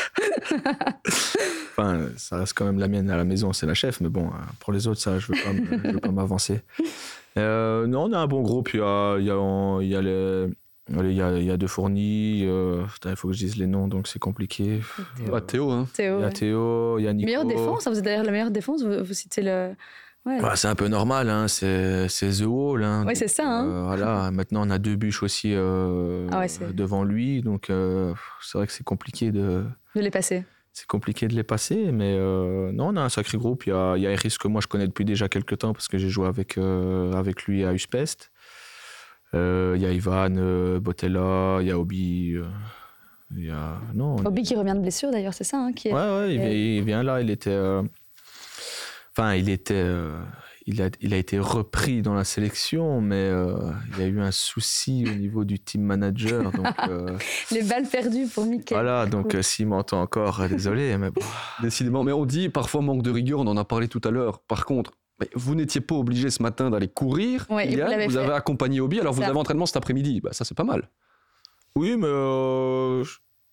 enfin, ça reste quand même la mienne à la maison, c'est la chef. Mais bon, pour les autres, ça, je veux pas, je veux pas m'avancer. Euh, non, on a un bon groupe. Il y a, il y a, il y a les... Il y a, il y a De Fourny, euh, il faut que je dise les noms, donc c'est compliqué. Théo, ah, Théo hein. Théo, il y a ouais. Théo, il y a Nico. Meilleure défense, vous êtes d'ailleurs la meilleure défense, vous, vous citez le... Ouais. Bah, c'est un peu normal, hein, c'est, c'est The Wall. Hein, oui, c'est ça. Hein. Euh, voilà. Maintenant, on a deux bûches aussi euh, ah ouais, devant lui, donc euh, c'est vrai que c'est compliqué de... De les passer. C'est compliqué de les passer, mais euh, non, on a un sacré groupe. Il y a, il y a Eris que moi je connais depuis déjà quelques temps parce que j'ai joué avec, euh, avec lui à Uspest. Euh, il y a Ivan euh, Botella, il y a Obi. Euh, il y a... non, Obi est... qui revient de blessure d'ailleurs, c'est ça hein, qui est... Ouais, ouais, il, et... il vient là, il était. Euh... Enfin, il était. Euh... Il a, il a été repris dans la sélection, mais euh, il y a eu un souci au niveau du team manager. Donc, euh... les balles perdues pour Mickaël. Voilà, donc euh, s'il m'entend encore, désolé. Mais bon. Décidément, mais on dit parfois manque de rigueur, on en a parlé tout à l'heure. Par contre, mais vous n'étiez pas obligé ce matin d'aller courir. Ouais, Ilian, vous, vous avez accompagné Obi, alors ça. Vous avez entraînement cet après-midi. Bah, ça, c'est pas mal. Oui, mais... Euh...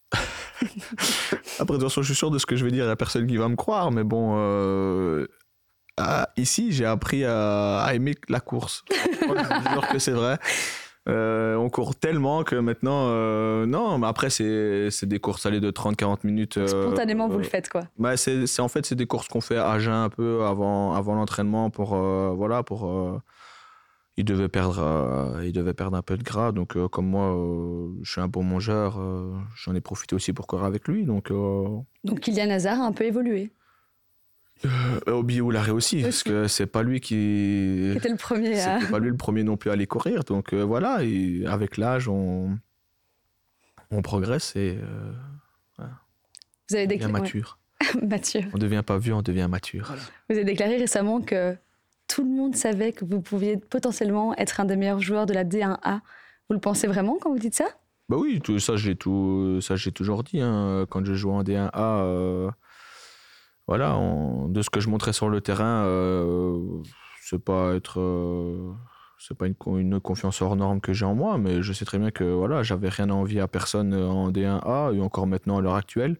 Après, de toute façon, je suis sûr de ce que je vais dire, il n'y a personne qui va me croire, mais bon... Euh... Ah, ici, j'ai appris à, à aimer la course. Je vous jure que c'est vrai. Euh, on court tellement que maintenant... Euh, non, mais après, c'est, c'est des courses allées de trente à quarante minutes. Euh, Spontanément, euh, vous le faites, quoi. Bah, c'est, c'est, en fait, c'est des courses qu'on fait à jeun un peu avant, avant l'entraînement pour... Euh, voilà, pour... Euh, il, devait perdre, euh, il devait perdre un peu de gras. Donc, euh, comme moi, euh, je suis un bon mangeur, euh, j'en ai profité aussi pour courir avec lui. Donc, euh... donc Kylian Hazard a un peu évolué. Euh, Obi Oulare aussi, aussi, parce que c'est pas lui qui... qui était le premier à... C'était pas lui le premier non plus à aller courir. Donc euh, voilà, et avec l'âge, on, on progresse et euh, voilà. Vous avez déclaré... On devient mature. Ouais. mature. On devient pas vieux, on devient mature. Voilà. Vous avez déclaré récemment que tout le monde savait que vous pouviez potentiellement être un des meilleurs joueurs de la D un A. Vous le pensez vraiment quand vous dites ça ? Bah oui, tout, ça, j'ai tout, ça j'ai toujours dit. Hein. Quand je jouais en D un A... Euh, Voilà, on, de ce que je montrais sur le terrain, euh, c'est pas être, euh, c'est pas une, une confiance hors norme que j'ai en moi, mais je sais très bien que voilà, j'avais rien à envier à personne en D un A et encore maintenant à l'heure actuelle.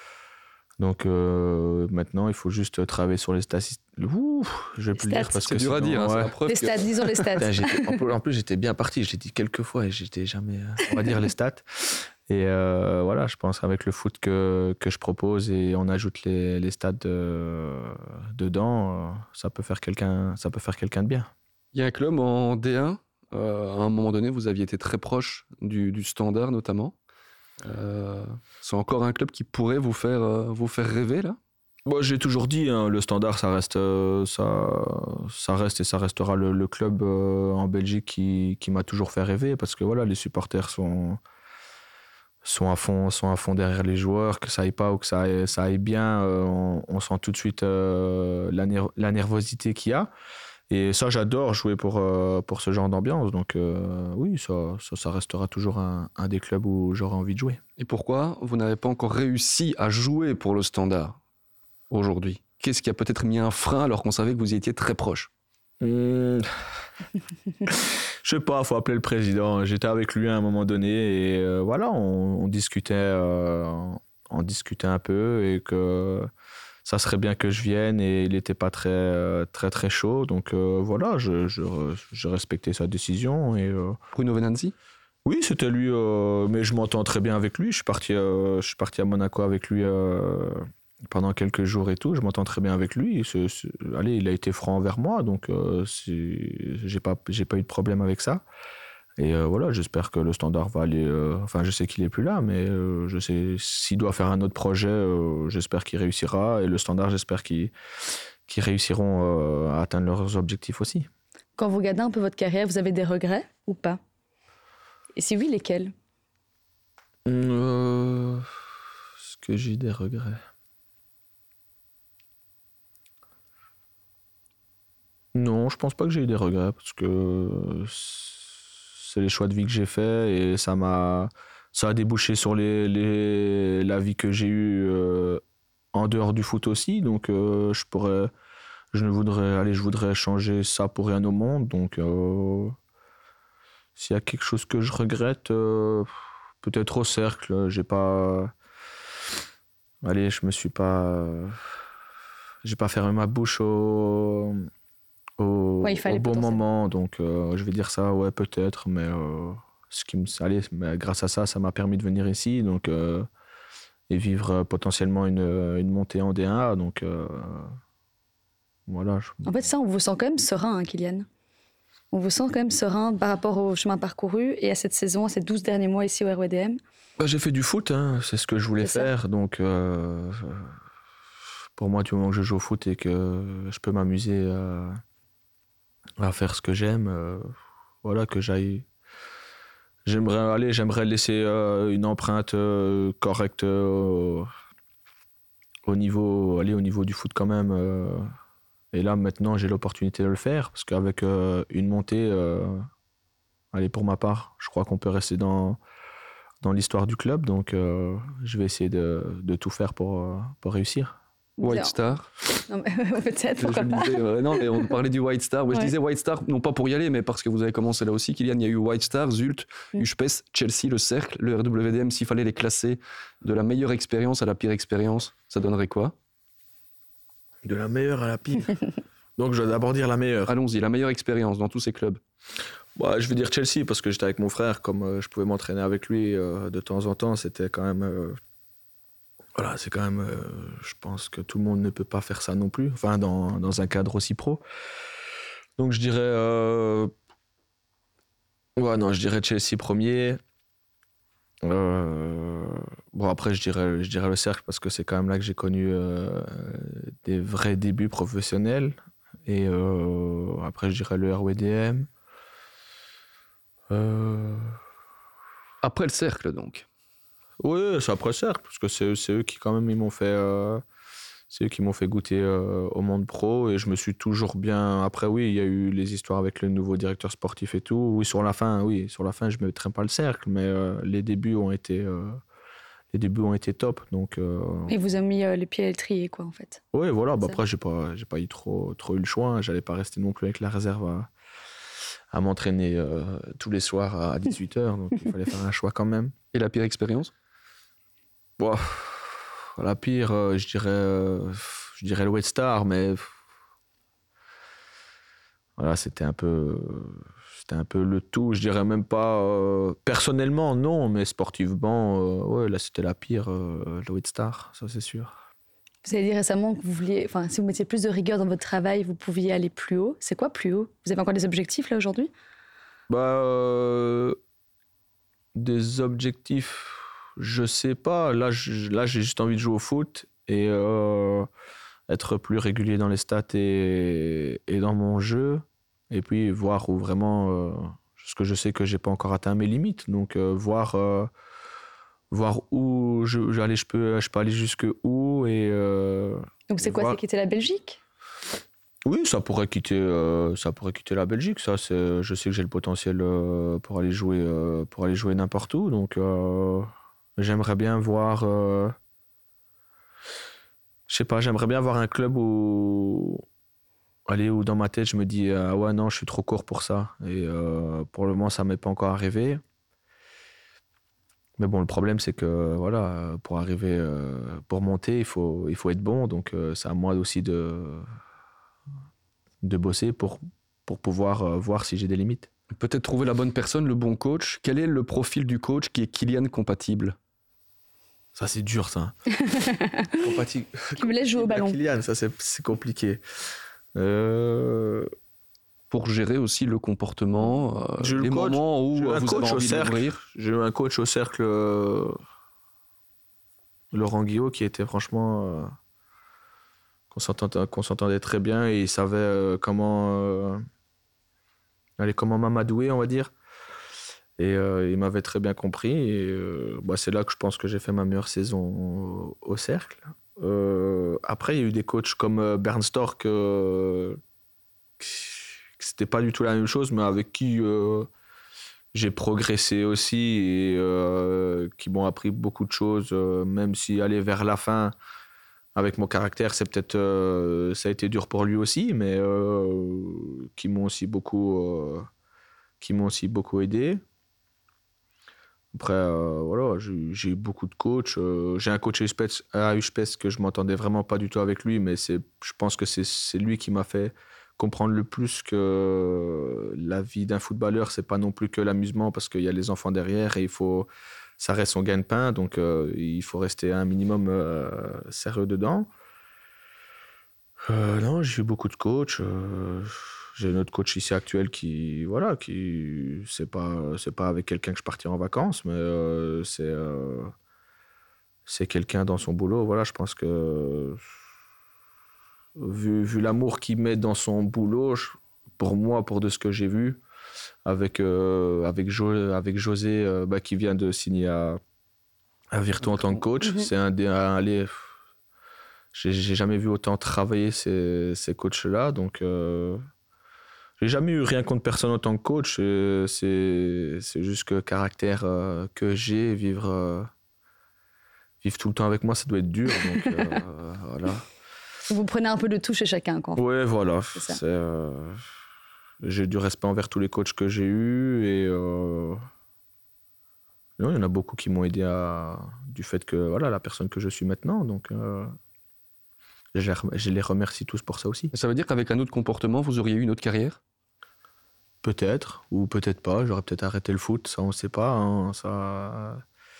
Donc euh, maintenant, il faut juste travailler sur les statistiques. Ouh, je vais plus le dire parce c'est que dur à dire. Hein, ouais. C'est la preuve les que... stats, disons les stats. Putain, en plus, j'étais bien parti. J'ai dit quelques fois et j'étais jamais. On va dire les stats. Et euh, voilà, je pense qu'avec le foot que, que je propose et on ajoute les, les stats de, dedans, ça peut faire quelqu'un, ça peut faire quelqu'un de bien. Il y a un club en D un, euh, à un moment donné, vous aviez été très proche du, du Standard notamment. Euh, c'est encore un club qui pourrait vous faire, euh, vous faire rêver là ? Bon, j'ai toujours dit, hein, le Standard, ça reste, euh, ça, ça reste et ça restera le, le club euh, en Belgique qui, qui m'a toujours fait rêver parce que voilà, les supporters sont... sont à fond, sont à fond derrière les joueurs, que ça aille pas ou que ça aille, ça aille bien, euh, on, on sent tout de suite euh, la, ner- la nervosité qu'il y a. Et ça, j'adore jouer pour, euh, pour ce genre d'ambiance. Donc euh, oui, ça, ça, ça restera toujours un, un des clubs où j'aurai envie de jouer. Et pourquoi vous n'avez pas encore réussi à jouer pour le Standard aujourd'hui ? Qu'est-ce qui a peut-être mis un frein alors qu'on savait que vous y étiez très proche ? Mmh. Je sais pas, faut appeler le président. J'étais avec lui à un moment donné et euh, voilà, on, on discutait, euh, on discutait un peu et que ça serait bien que je vienne et il était pas très très très chaud. Donc euh, voilà, je, je, je respectais sa décision et euh, Bruno Venanzi ? Oui, c'était lui, euh, mais je m'entends très bien avec lui. Je suis parti, euh, je suis parti à Monaco avec lui. Euh, pendant quelques jours et tout, je m'entends très bien avec lui. C'est, c'est, allez, il a été franc envers moi, donc euh, c'est, j'ai pas, j'ai pas eu de problème avec ça. Et euh, voilà, j'espère que le Standard va aller... Euh, enfin, je sais qu'il est plus là, mais euh, je sais s'il doit faire un autre projet, euh, j'espère qu'il réussira. Et le Standard, j'espère qu'ils, qu'ils réussiront euh, à atteindre leurs objectifs aussi. Quand vous regardez un peu votre carrière, vous avez des regrets ou pas ? Et si oui, lesquels ? euh, Est-ce que j'ai des regrets ? Non, je pense pas que j'ai eu des regrets parce que c'est les choix de vie que j'ai faits et ça m'a, ça a débouché sur les, les, la vie que j'ai eue euh, en dehors du foot aussi. Donc euh, je pourrais, je ne voudrais, allez, je voudrais changer ça pour rien au monde. Donc euh, s'il y a quelque chose que je regrette, euh, peut-être au cercle, j'ai pas, allez, je me suis pas, j'ai pas fermé ma bouche au au, Ouais, il fallait au bon potentiellement. moment. Donc, euh, je vais dire ça, ouais, peut-être. Mais, euh, ce qui me, allez, mais grâce à ça, ça m'a permis de venir ici. Donc, euh, et vivre euh, potentiellement une, une montée en D un A. Donc, euh, voilà. je- En fait, ça, on vous sent quand même serein, hein, Kylian. On vous sent quand même serein par rapport au chemin parcouru et à cette saison, à ces douze derniers mois ici au R W D M. Bah, j'ai fait du foot, hein, c'est ce que je voulais C'est ça. faire. Donc, euh, pour moi, du moment que je joue au foot et que je peux m'amuser à, à faire ce que j'aime, euh, voilà, que j'aille. J'aimerais aller, j'aimerais laisser euh, une empreinte euh, correcte euh, au niveau, aller au niveau du foot quand même. euh. Et là, maintenant, j'ai l'opportunité de le faire parce qu'avec euh, une montée, euh, allez, pour ma part, je crois qu'on peut rester dans dans l'histoire du club. Donc, euh, je vais essayer de, de tout faire pour, euh, pour réussir. White Star. Non, mais, peut-être, Je, pourquoi je pas. disais, euh, non, mais on parlait du White Star. Ouais, Ouais. Je disais White Star, non pas pour y aller, mais parce que vous avez commencé là aussi, Kylian. Il y a eu White Star, Zult, Mm. U S P E S, Chelsea, le Cercle, le R W D M. S'il fallait les classer de la meilleure expérience à la pire expérience, ça donnerait quoi? De la meilleure à la pire. Donc, je dois d'abord dire la meilleure. Allons-y, la meilleure expérience dans tous ces clubs. Bah, je vais dire Chelsea parce que j'étais avec mon frère, comme euh, je pouvais m'entraîner avec lui euh, de temps en temps, c'était quand même. euh, voilà, c'est quand même. euh, je pense que tout le monde ne peut pas faire ça non plus, enfin, dans, dans un cadre aussi pro. Donc, je dirais. euh, ouais, non, je dirais Chelsea premier. Euh, Bon, après, je dirais, je dirais le Cercle parce que c'est quand même là que j'ai connu euh, des vrais débuts professionnels. Et euh, après, je dirais le R W D M. Euh... Après le Cercle, donc. Oui, c'est après le Cercle, parce que c'est, c'est eux qui quand même ils m'ont fait, euh, c'est eux qui m'ont fait goûter euh, au monde pro et je me suis toujours bien. Après oui, il y a eu les histoires avec le nouveau directeur sportif et tout. Oui, sur la fin, oui, sur la fin, je me mettrai pas le Cercle, mais euh, les débuts ont été, euh, les débuts ont été top. Donc. Euh... Il vous a mis euh, les pieds à l'étrier, quoi, en fait. Oui, voilà. Bah, Ça. après, j'ai pas, j'ai pas eu trop, trop eu le choix. Hein. J'allais pas rester non plus avec la réserve à, à m'entraîner euh, tous les soirs à dix-huit heures, donc il fallait faire un choix quand même. Et la pire expérience? Bon, la pire, euh, je dirais, euh, je dirais le White Star, mais voilà, c'était un peu, c'était un peu le tout. Je dirais même pas euh, personnellement, non, mais sportivement, euh, ouais, là c'était la pire, euh, le White Star, ça c'est sûr. Vous avez dit récemment que vous vouliez, enfin, si vous mettiez plus de rigueur dans votre travail, vous pouviez aller plus haut. C'est quoi plus haut? Vous avez encore des objectifs là aujourd'hui? Bah, euh, des objectifs. Je sais pas. Là, je, là, j'ai juste envie de jouer au foot et euh, être plus régulier dans les stats et, et dans mon jeu. Et puis voir où vraiment. Euh, parce que je sais que j'ai pas encore atteint mes limites. Donc, euh, voir, euh, voir où je, j'allais, je, peux, je peux aller jusque où. Et, euh, Donc c'est et quoi? voir- C'est quitter la Belgique? Oui, ça pourrait quitter, euh, ça pourrait quitter la Belgique. Ça, c'est, je sais que j'ai le potentiel euh, pour aller jouer, euh, pour aller jouer n'importe où. Donc, euh, j'aimerais bien voir. Euh, je sais pas, j'aimerais bien voir un club où, allez, où dans ma tête, je me dis ah ouais non, je suis trop court pour ça. Et euh, pour le moment, ça m'est pas encore arrivé. Mais bon, le problème, c'est que voilà, pour arriver, euh, pour monter, il faut, il faut être bon. Donc, euh, c'est à moi aussi de de bosser pour, pour pouvoir euh, voir si j'ai des limites. Peut-être trouver la bonne personne, le bon coach. Quel est le profil du coach qui est Kylian compatible? Ça, c'est dur, ça. Compati- Qui me laisse jouer au ballon. Kylian, ça, c'est, c'est compliqué. Euh... Pour gérer aussi le comportement, euh, J'ai eu le les coach- moments où j'ai eu euh, un vous coach avez au envie cercle. d'ouvrir. J'ai eu un coach au cercle, euh, Laurent Guillot, qui était franchement... Euh, qu'on, s'entendait, qu'on s'entendait très bien et il savait euh, comment... Euh, allez, comment m'amadouer, on va dire. Et euh, il m'avait très bien compris. Et euh, bah, c'est là que je pense que j'ai fait ma meilleure saison au, au cercle. Euh, après, il y a eu des coachs comme euh, Bernd Storck, euh, c'était pas du tout la même chose, mais avec qui euh, j'ai progressé aussi et euh, qui m'ont appris beaucoup de choses, euh, même si aller vers la fin, avec mon caractère, c'est peut-être, euh, ça a été dur pour lui aussi, mais euh, qui m'ont aussi beaucoup, euh, qui m'ont aussi beaucoup aidé. Après, euh, voilà, j'ai, j'ai eu beaucoup de coachs. Euh, j'ai un coach à U S P E S que je m'entendais vraiment pas du tout avec lui, mais c'est, je pense que c'est, c'est lui qui m'a fait comprendre le plus que la vie d'un footballeur, c'est pas non plus que l'amusement parce qu'il y a les enfants derrière et il faut, ça reste son gagne-pain, donc euh, il faut rester un minimum euh, sérieux dedans. Euh, non, j'ai eu beaucoup de coachs. Euh, j'ai notre coach ici actuel qui, voilà, qui, c'est pas, c'est pas avec quelqu'un que je partirai en vacances, mais euh, c'est, euh, c'est quelqu'un dans son boulot. Voilà, je pense que vu, vu l'amour qu'il met dans son boulot, je, pour moi, pour de ce que j'ai vu, avec euh, avec, jo, avec José, euh, bah, qui vient de signer à, à Virtu en tant que coach, mm-hmm. c'est un des, un, allez, j'ai, j'ai jamais vu autant travailler ces, ces coachs-là, donc. Euh, J'ai jamais eu rien contre personne en tant que coach. C'est, c'est juste que caractère euh, que j'ai, vivre, euh, vivre tout le temps avec moi, ça doit être dur. Donc, euh, voilà. Vous prenez un peu de tout chez chacun, quoi. Oui, voilà. C'est c'est, euh, j'ai du respect envers tous les coachs que j'ai eus. Et euh, non, il y en a beaucoup qui m'ont aidé à, du fait que voilà, la personne que je suis maintenant. Donc, euh, je, je les remercie tous pour ça aussi. Ça veut dire qu'avec un autre comportement, vous auriez eu une autre carrière ? Peut-être, ou peut-être pas. J'aurais peut-être arrêté le foot, ça on ne sait pas. Hein. Ça...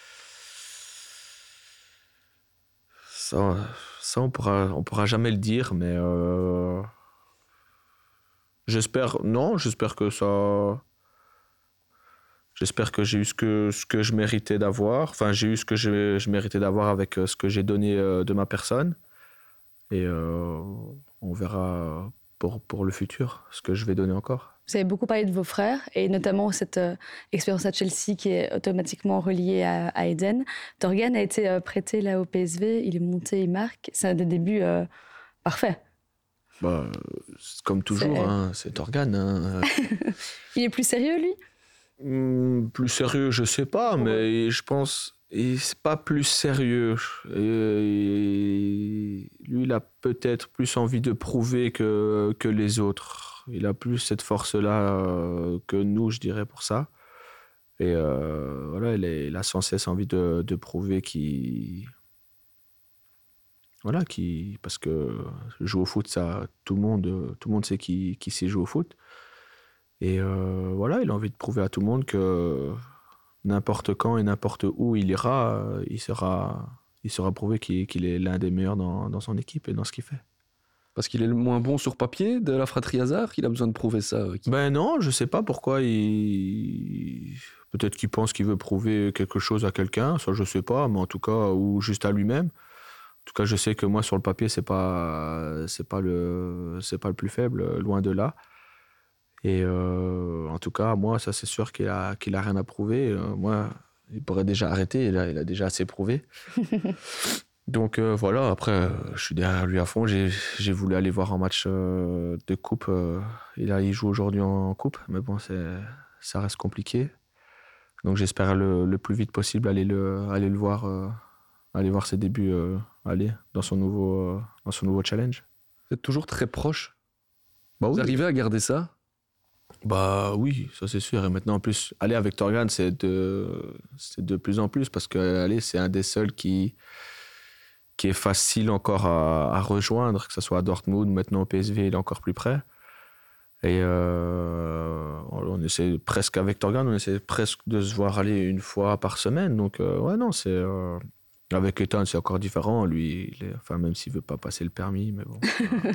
Ça, ça on pourra, on pourra jamais le dire, mais euh... j'espère, non, j'espère que ça... J'espère que j'ai eu ce que, ce que je méritais d'avoir. Enfin, j'ai eu ce que je, je méritais d'avoir avec ce que j'ai donné de ma personne. Et euh, on verra pour, pour le futur ce que je vais donner encore. Vous avez beaucoup parlé de vos frères et notamment cette euh, expérience à Chelsea qui est automatiquement reliée à, à Eden. Thorgan a été euh, prêté là au P S V, il est monté, il marque. C'est un des débuts euh, parfaits. Bah, comme toujours, c'est, hein, c'est Thorgan. Hein. Il est plus sérieux, lui ? Mmh, plus sérieux, je sais pas, mais ouais. Je pense... Et c'est pas plus sérieux. Et lui, il a peut-être plus envie de prouver que, que les autres. Il a plus cette force-là euh, que nous, je dirais, pour ça. Et euh, voilà, il, est, il a sans cesse envie de, de prouver qu'il... Voilà, qu'il... Parce que jouer au foot, ça, tout le monde, tout le monde sait qu'il, qu'il sait jouer au foot. Et euh, voilà, il a envie de prouver à tout le monde que... N'importe quand et n'importe où il ira, il sera, il sera prouvé qu'il, qu'il est l'un des meilleurs dans, dans son équipe et dans ce qu'il fait. Parce qu'il est le moins bon sur papier de la fratrie Hazard, qu'il a besoin de prouver ça. Ben non, je sais pas pourquoi il... Peut-être qu'il pense qu'il veut prouver quelque chose à quelqu'un, ça je sais pas, mais en tout cas, ou juste à lui-même. En tout cas, je sais que moi, sur le papier, c'est pas, c'est pas le, c'est pas le plus faible, loin de là. Et euh, en tout cas, moi, ça c'est sûr qu'il a, qu'il a rien à prouver. Euh, moi, il pourrait déjà arrêter, il a, il a déjà assez prouvé. Donc euh, voilà, après, euh, je suis derrière lui à fond. J'ai, j'ai voulu aller voir un match euh, de coupe. Euh, et là, il joue aujourd'hui en, en coupe, mais bon, c'est, ça reste compliqué. Donc j'espère le, le plus vite possible aller le, aller le voir, euh, aller voir ses débuts euh, aller dans son nouveau, euh, dans son nouveau challenge. Vous êtes toujours très proche. Bah, Vous oui. arrivez à garder ça ? Bah oui, ça c'est sûr. Et maintenant, en plus, aller avec Thorgan, c'est de, c'est de plus en plus parce que allez, c'est un des seuls qui, qui est facile encore à, à rejoindre, que ce soit à Dortmund, maintenant au P S V, il est encore plus près. Et euh, on essaie presque, avec Thorgan, on essaie presque de se voir aller une fois par semaine. Donc, euh, ouais, non, c'est. Euh, avec Ethan, c'est encore différent. Lui, il est, enfin, même s'il ne veut pas passer le permis, mais bon.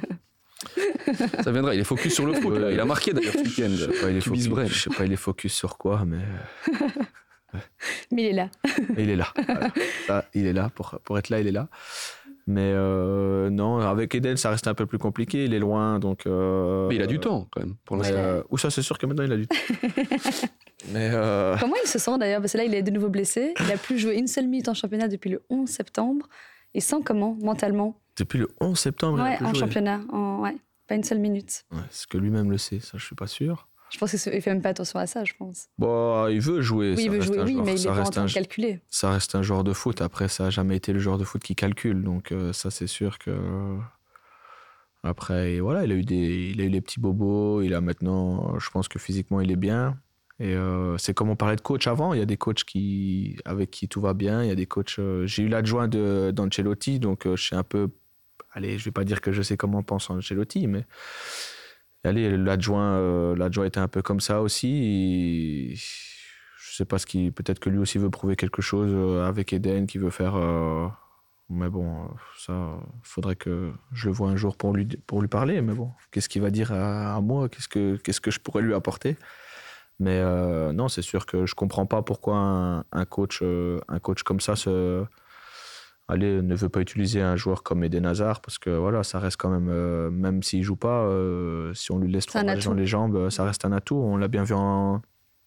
Ça viendra, il est focus sur le foot. Ouais. Il a marqué d'ailleurs ce week-end. Je sais pas, il est focus, je sais pas, il est focus sur quoi, mais. Ouais. Mais il est là. Il est là. Voilà. Ça, il est là. Pour, pour être là, il est là. Mais euh, non, avec Eden, ça reste un peu plus compliqué. Il est loin, donc. Euh, mais il a du temps quand même. Pour l'instant. Euh, ou ça, c'est sûr que maintenant il a du temps. Mais euh... Comment il se sent d'ailleurs ? Parce que là, il est de nouveau blessé. Il n'a plus joué une seule minute en championnat depuis le onze septembre. Il sent comment mentalement ? Depuis le onze septembre, ouais, il a plus en joué. championnat, en, ouais, pas une seule minute. Ouais, est-ce que lui-même le sait ? Ça, je suis pas sûr. Je pense qu'il ne fait même pas attention à ça, je pense. Bon, il veut jouer. Oui, il veut jouer, oui, joueur, mais il est pas en train un, de calculer. Ça reste un joueur de foot. Après, ça n'a jamais été le joueur de foot qui calcule. Donc, euh, ça, c'est sûr que... Après, et voilà, il a, eu des, il a eu les petits bobos. Il a maintenant... Je pense que physiquement, il est bien. Et euh, c'est comme on parlait de coach avant. Il y a des coachs qui, avec qui tout va bien. Il y a des coachs... Euh, j'ai eu l'adjoint de, d'Ancelotti, donc euh, je sais un peu... Allez, je ne vais pas dire que je sais comment pense Ancelotti, mais Et allez, l'adjoint, euh, l'adjoint était un peu comme ça aussi. Et je sais pas ce qui, peut-être que lui aussi veut prouver quelque chose avec Eden, qui veut faire. Euh, mais bon, ça, faudrait que je le voie un jour pour lui, pour lui parler. Mais bon, qu'est-ce qu'il va dire à, à moi, qu'est-ce que, qu'est-ce que je pourrais lui apporter? Mais euh, non, c'est sûr que je comprends pas pourquoi un, un coach, euh, un coach comme ça se, allez, ne veut pas utiliser un joueur comme Eden Hazard, parce que voilà, ça reste quand même, euh, même s'il joue pas, euh, si on lui laisse trois matchs dans les jambes, ça reste un atout. On l'a bien vu en,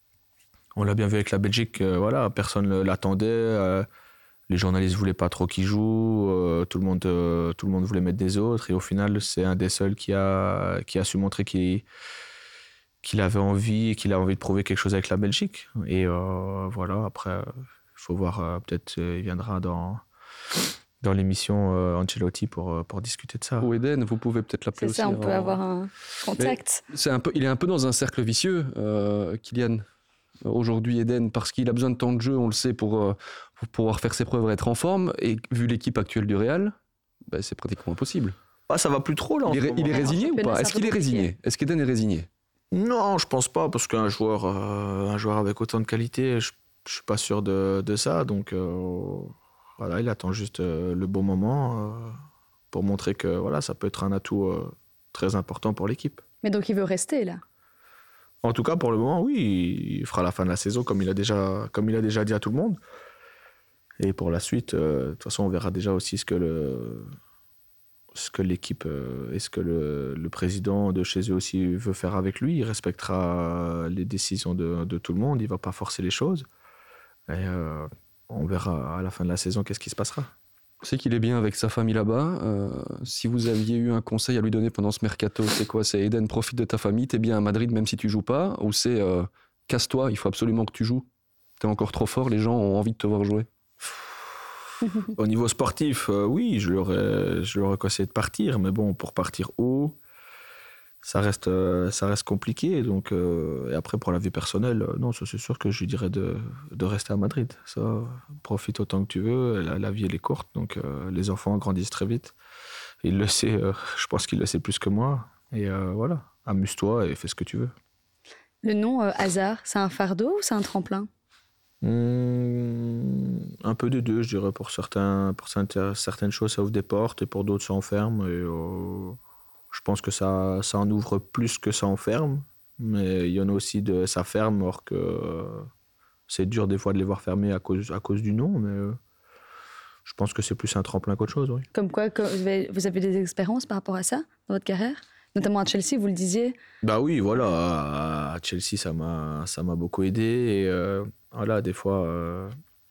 on l'a bien vu avec la Belgique. Euh, voilà, personne ne l'attendait. Euh, les journalistes voulaient pas trop qu'il joue. Euh, tout le monde, euh, tout le monde voulait mettre des autres. Et au final, c'est un des seuls qui a, qui a su montrer qu'il qu'il avait envie et qu'il a envie de prouver quelque chose avec la Belgique. Et euh, voilà, après, il faut voir, euh, peut-être euh, il viendra dans, dans l'émission euh, Ancelotti pour, pour discuter de ça. Ou Eden, vous pouvez peut-être l'appeler aussi. C'est ça, on en... peut avoir un contact. C'est un peu, il est un peu dans un cercle vicieux, euh, Kylian. Aujourd'hui, Eden, parce qu'il a besoin de temps de jeu, on le sait, pour, euh, pour pouvoir faire ses preuves et être en forme. Et vu l'équipe actuelle du Real, ben, c'est pratiquement impossible. Ah, ça va plus trop, là. Il est, il est résigné ou pas? Est-ce qu'il est résigné? Est-ce qu'Eden est résigné? Non, je pense pas, parce qu'un joueur, euh, un joueur avec autant de qualité, je, je suis pas sûr de, de ça. Donc euh, voilà, il attend juste euh, le bon moment euh, pour montrer que voilà, ça peut être un atout euh, très important pour l'équipe. Mais donc il veut rester là? En tout cas, pour le moment, oui, il fera la fin de la saison comme il a déjà, comme il a déjà dit à tout le monde. Et pour la suite, euh, de toute façon, on verra déjà aussi ce que le ce que l'équipe euh, et ce que le, le président de chez eux aussi veut faire avec lui. Il respectera les décisions de, de tout le monde, il ne va pas forcer les choses. Et euh, on verra à la fin de la saison qu'est-ce qui se passera. Je sais qu'il est bien avec sa famille là-bas. Euh, si vous aviez eu un conseil à lui donner pendant ce mercato, c'est quoi? C'est Eden, profite de ta famille, t'es bien à Madrid même si tu joues pas? Ou c'est euh, casse-toi, il faut absolument que tu joues? T'es encore trop fort, les gens ont envie de te voir jouer. Au niveau sportif, euh, oui, je leur ai, je leur ai conseillé de partir, mais bon, pour partir où, ça reste, euh, ça reste compliqué. Donc, euh, et après, pour la vie personnelle, euh, non, ça, c'est sûr que je lui dirais de, de rester à Madrid. Ça, profite autant que tu veux. La, la vie, elle est courte, donc euh, les enfants grandissent très vite. Il le sait, euh, je pense qu'il le sait plus que moi. Et euh, voilà, amuse-toi et fais ce que tu veux. Le nom euh, Hazard, c'est un fardeau ou c'est un tremplin? Mmh, un peu des deux, je dirais. Pour, certains, pour certaines choses, ça ouvre des portes et pour d'autres, ça enferme. Et, euh, je pense que ça, ça en ouvre plus que ça enferme. Mais il y en a aussi de ça ferme, alors que euh, c'est dur des fois de les voir fermer à cause, à cause du nom. Mais euh, je pense que c'est plus un tremplin qu'autre chose, oui. Comme quoi, vous avez, vous avez des expériences par rapport à ça dans votre carrière? Notamment à Chelsea, vous le disiez. Bah oui, voilà. À Chelsea, ça m'a, ça m'a beaucoup aidé. Et euh, voilà, des fois, euh,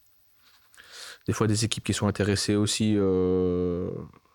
des fois, des équipes qui sont intéressées aussi, euh,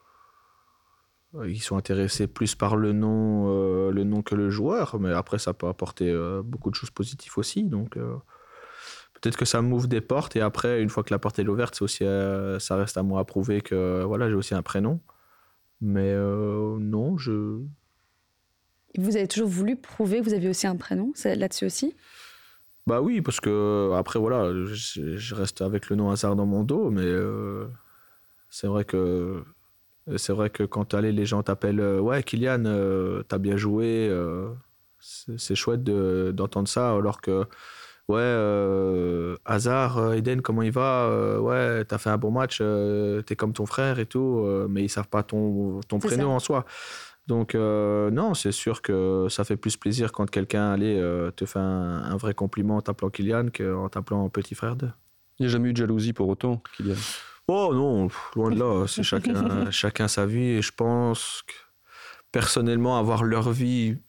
ils sont intéressés plus par le nom, euh, le nom que le joueur. Mais après, ça peut apporter euh, beaucoup de choses positives aussi. Donc, euh, peut-être que ça m'ouvre des portes. Et après, une fois que la porte est ouverte, c'est aussi, euh, ça reste à moi à prouver que voilà, j'ai aussi un prénom. Mais euh, non, je... Vous avez toujours voulu prouver que vous aviez aussi un prénom, c'est là-dessus aussi? Bah oui, parce que après voilà, je, je reste avec le nom Hazard dans mon dos, mais euh, c'est vrai que c'est vrai que quand allez, les gens t'appellent euh, ouais Kylian, euh, t'as bien joué, euh, c'est, c'est chouette de, d'entendre ça, alors que ouais euh, Hazard, euh, Eden, comment il va, euh, ouais t'as fait un bon match, euh, t'es comme ton frère et tout, euh, mais ils savent pas ton ton C'est prénom ça. en soi. Donc euh, non, c'est sûr que ça fait plus plaisir quand quelqu'un allez, euh, te fait un, un vrai compliment en t'appelant Kylian qu'en t'appelant petit frère d'eux. Il n'y a jamais eu de jalousie pour autant, Kylian? Oh non, pff, loin de là, c'est chacun, chacun sa vie. Et je pense que personnellement, avoir leur vie,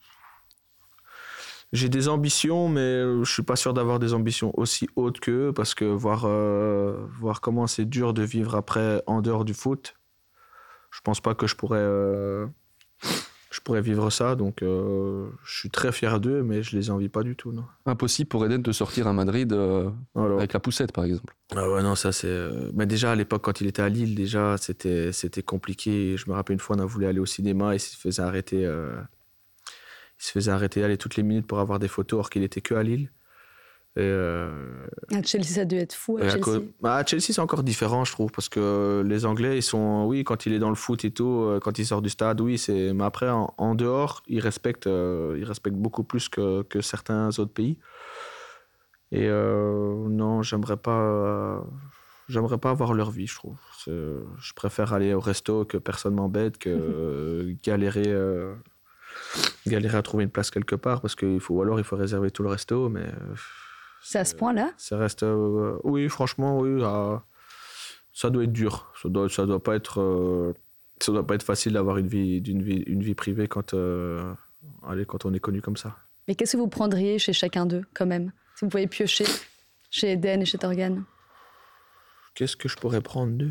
j'ai des ambitions, mais je ne suis pas sûr d'avoir des ambitions aussi hautes qu'eux, parce que voir, euh, voir comment c'est dur de vivre après en dehors du foot, je pense pas que je pourrais... Euh, Je pourrais vivre ça, donc euh, je suis très fier d'eux, mais je les envie pas du tout, non. Impossible pour Eden de sortir à Madrid euh, Alors, avec la poussette, par exemple. ah ouais, non, ça c'est. euh, Mais déjà à l'époque, quand il était à Lille, déjà c'était c'était compliqué. Je me rappelle une fois, on a voulu aller au cinéma et il se faisait arrêter. euh, Il se faisait arrêter aller toutes les minutes pour avoir des photos, alors qu'il était que à Lille. Et euh... À Chelsea, ça a dû être fou. À Chelsea. À, bah, à Chelsea, c'est encore différent, je trouve, parce que les Anglais, ils sont, oui, quand il est dans le foot et tout, quand il sort du stade, oui, c'est. Mais après, en, en dehors, ils respectent, euh, ils respectent beaucoup plus que, que certains autres pays. Et euh, non, j'aimerais pas, euh, j'aimerais pas avoir leur vie, je trouve. C'est, je préfère aller au resto que personne m'embête, que euh, galérer, euh, galérer à trouver une place quelque part, parce qu'il faut, ou alors il faut réserver tout le resto, mais. Euh, C'est à ce point-là ? Ça reste... Euh, oui, franchement, oui. Euh, ça doit être dur. Ça doit, ça doit pas être... Euh, ça doit pas être facile d'avoir une vie, d'une vie, une vie privée quand, euh, allez, quand on est connu comme ça. Mais qu'est-ce que vous prendriez chez chacun d'eux, quand même ? Si vous pouvez piocher chez Eden et chez Torgan ? Qu'est-ce que je pourrais prendre d'eux ?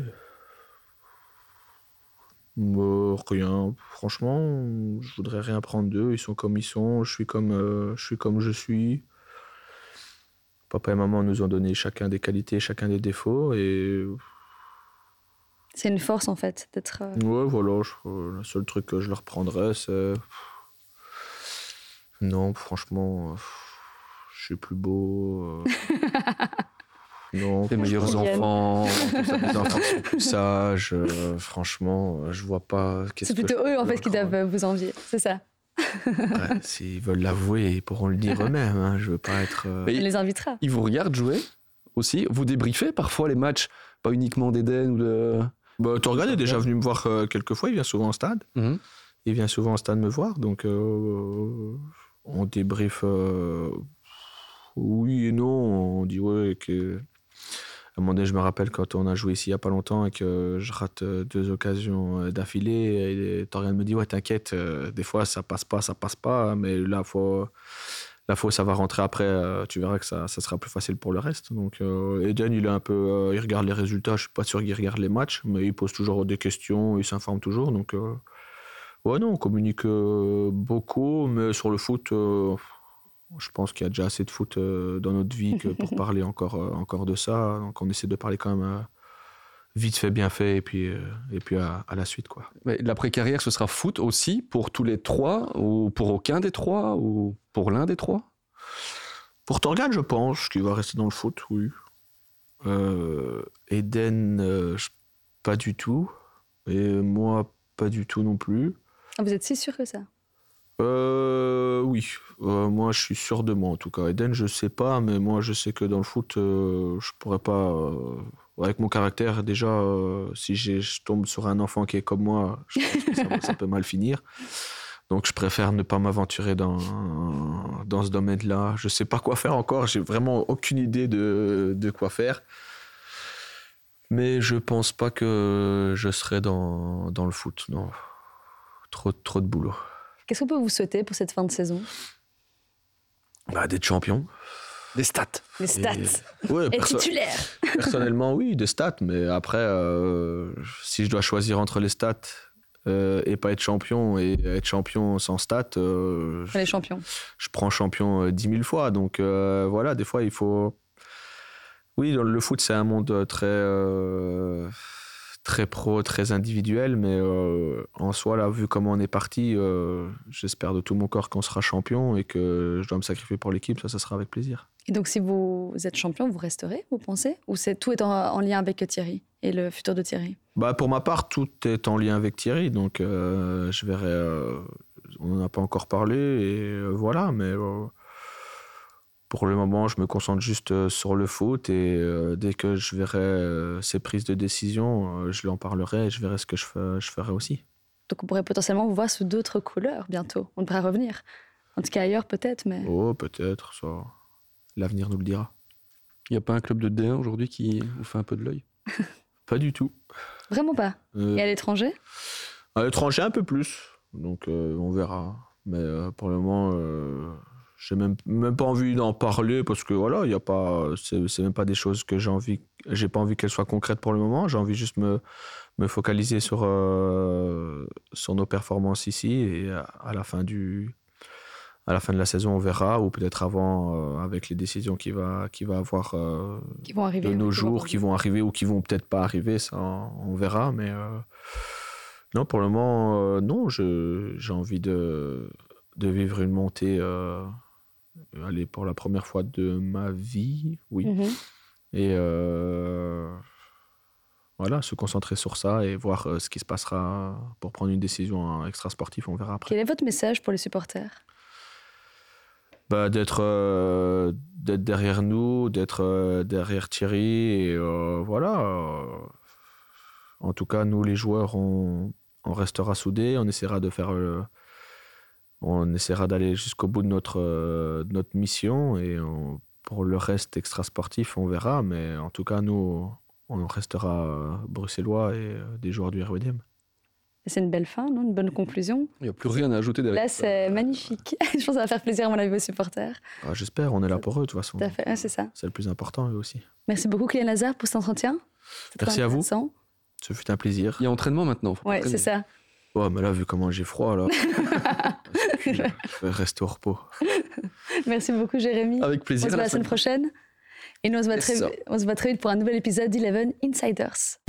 euh, Rien. Franchement, je voudrais rien prendre d'eux. Ils sont comme ils sont. Je suis comme, euh, je suis comme je suis. Papa et maman nous ont donné chacun des qualités, chacun des défauts. Et... C'est une force, en fait, d'être... Euh... Ouais, voilà. Je, le seul truc que je leur prendrais, c'est... Non, franchement, je suis plus beau. Euh... non, les meilleurs enfants, les enfants sont plus sages. Euh, franchement, je vois pas... C'est plutôt eux, en fait, qui doivent vous envier, c'est ça. Après, s'ils veulent l'avouer, ils pourront le dire eux-mêmes. Hein. Je veux pas être. Euh... On les invitera. Ils vous regardent jouer aussi. Vous débriefez parfois les matchs, pas uniquement d'Eden ou de. Bah, Torgan est déjà venu me voir euh, quelques fois. Il vient souvent au stade. Mm-hmm. Il vient souvent au stade me voir. Donc, euh, on débriefe. Euh, oui et non. On dit ouais que. À un moment donné, je me rappelle quand on a joué ici il n'y a pas longtemps et que je rate deux occasions d'affilée. Et Torgan me dit ouais, t'inquiète, euh, des fois ça passe pas, ça passe pas, mais là, faut, là faut, ça va rentrer après. Euh, tu verras que ça, ça sera plus facile pour le reste. Donc, euh, Eden, il est un peu, euh, il regarde les résultats. Je suis pas sûr qu'il regarde les matchs, mais il pose toujours des questions, il s'informe toujours. Donc, euh, ouais, non, on communique euh, beaucoup, mais sur le foot. Euh, Je pense qu'il y a déjà assez de foot euh, dans notre vie que pour parler encore, euh, encore de ça. Donc on essaie de parler quand même euh, vite fait, bien fait, et puis, euh, et puis à, à la suite, quoi. Mais l'après-carrière, ce sera foot aussi pour tous les trois, ou pour aucun des trois, ou pour l'un des trois ? Pour Torgan, je pense qu'il va rester dans le foot, oui. Euh, Eden, euh, pas du tout. Et moi, pas du tout non plus. Ah, vous êtes si sûr que ça ? Euh, oui, euh, moi je suis sûr de moi en tout cas. Eden, je sais pas, mais moi je sais que dans le foot, euh, je pourrais pas. Euh, avec mon caractère, déjà, euh, si j'ai, je tombe sur un enfant qui est comme moi, je pense que ça, ça peut mal finir. Donc je préfère ne pas m'aventurer dans, dans ce domaine-là. Je sais pas quoi faire encore, j'ai vraiment aucune idée de, de quoi faire. Mais je pense pas que je serai dans, dans le foot, non. Trop, trop de boulot. Qu'est-ce qu'on peut vous souhaiter pour cette fin de saison ? Bah, d'être champion. Des stats. Des stats. Et, ouais, et perso- titulaire. Personnellement, oui, des stats. Mais après, euh, si je dois choisir entre les stats euh, et pas être champion et être champion sans stats, euh, les champions. Je, je prends champion dix mille fois. Donc euh, voilà, des fois, il faut... Oui, le foot, c'est un monde très... Euh... très pro, très individuel, mais euh, en soi, là, vu comment on est parti, euh, j'espère de tout mon corps qu'on sera champion et que je dois me sacrifier pour l'équipe, ça, ça sera avec plaisir. Et donc, si vous êtes champion, vous resterez, vous pensez ? Ou c'est, tout est en, en lien avec Thierry et le futur de Thierry ? Bah, pour ma part, tout est en lien avec Thierry, donc euh, je verrai... Euh, on n'en a pas encore parlé, et euh, voilà, mais... Euh, Pour le moment, je me concentre juste sur le foot et euh, dès que je verrai euh, ces prises de décision, euh, je lui en parlerai et je verrai ce que je, fais, je ferai aussi. Donc on pourrait potentiellement vous voir sous d'autres couleurs bientôt. On devrait revenir. En tout cas ailleurs peut-être, mais... Oh, peut-être, ça. L'avenir nous le dira. Il n'y a pas un club de D un aujourd'hui qui vous fait un peu de l'œil ? Pas du tout. Vraiment pas. Euh, et à l'étranger ? À l'étranger, un peu plus. Donc euh, on verra. Mais euh, pour le moment... Euh... J'ai même, même pas envie d'en parler parce que voilà, y a pas, c'est, c'est même pas des choses que j'ai envie, j'ai pas envie qu'elles soient concrètes pour le moment. J'ai envie juste me, me focaliser sur, euh, sur nos performances ici et à, à la fin du, à la fin de la saison, on verra ou peut-être avant euh, avec les décisions qui va, qui va avoir euh, qui vont arriver, de nos jours, qui vont arriver ou qui vont peut-être pas arriver, ça on, on verra. Mais euh, non, pour le moment, euh, non, je, j'ai envie de, de vivre une montée. Euh, allez, pour la première fois de ma vie, oui. Mhm. Et euh, voilà, se concentrer sur ça et voir euh, ce qui se passera pour prendre une décision extra-sportive, on verra après. Quel est votre message pour les supporters ? Bah, d'être, euh, d'être derrière nous, d'être euh, derrière Thierry. Et euh, voilà. Euh, en tout cas, nous, les joueurs, on, on restera soudés. On essaiera de faire... Euh, on essaiera d'aller jusqu'au bout de notre, euh, de notre mission. Et on, pour le reste extra-sportif, on verra. Mais en tout cas, nous, on restera euh, bruxellois et euh, des joueurs du R W D M. C'est une belle fin, non ? Une bonne conclusion. Il n'y a plus rien à ajouter derrière. Là, c'est magnifique. Je pense que ça va faire plaisir à mon avis aux supporters. Ah, j'espère, on est là pour eux de toute façon. Tout à fait, ouais, c'est ça. C'est le plus important, eux aussi. Merci beaucoup, Kylian Hazard, pour cet entretien. C'était Merci à vous. intéressant. Ce fut un plaisir. Il y a entraînement maintenant. faut Ouais, entraîner. c'est ça. Ouais, mais là, vu comment j'ai froid, là, je vais rester au repos. Merci beaucoup, Jérémy. Avec plaisir. On se voit la semaine prochaine. Et nous, on se voit, très, ça. on se voit très vite pour un nouvel épisode d'Eleven Insiders.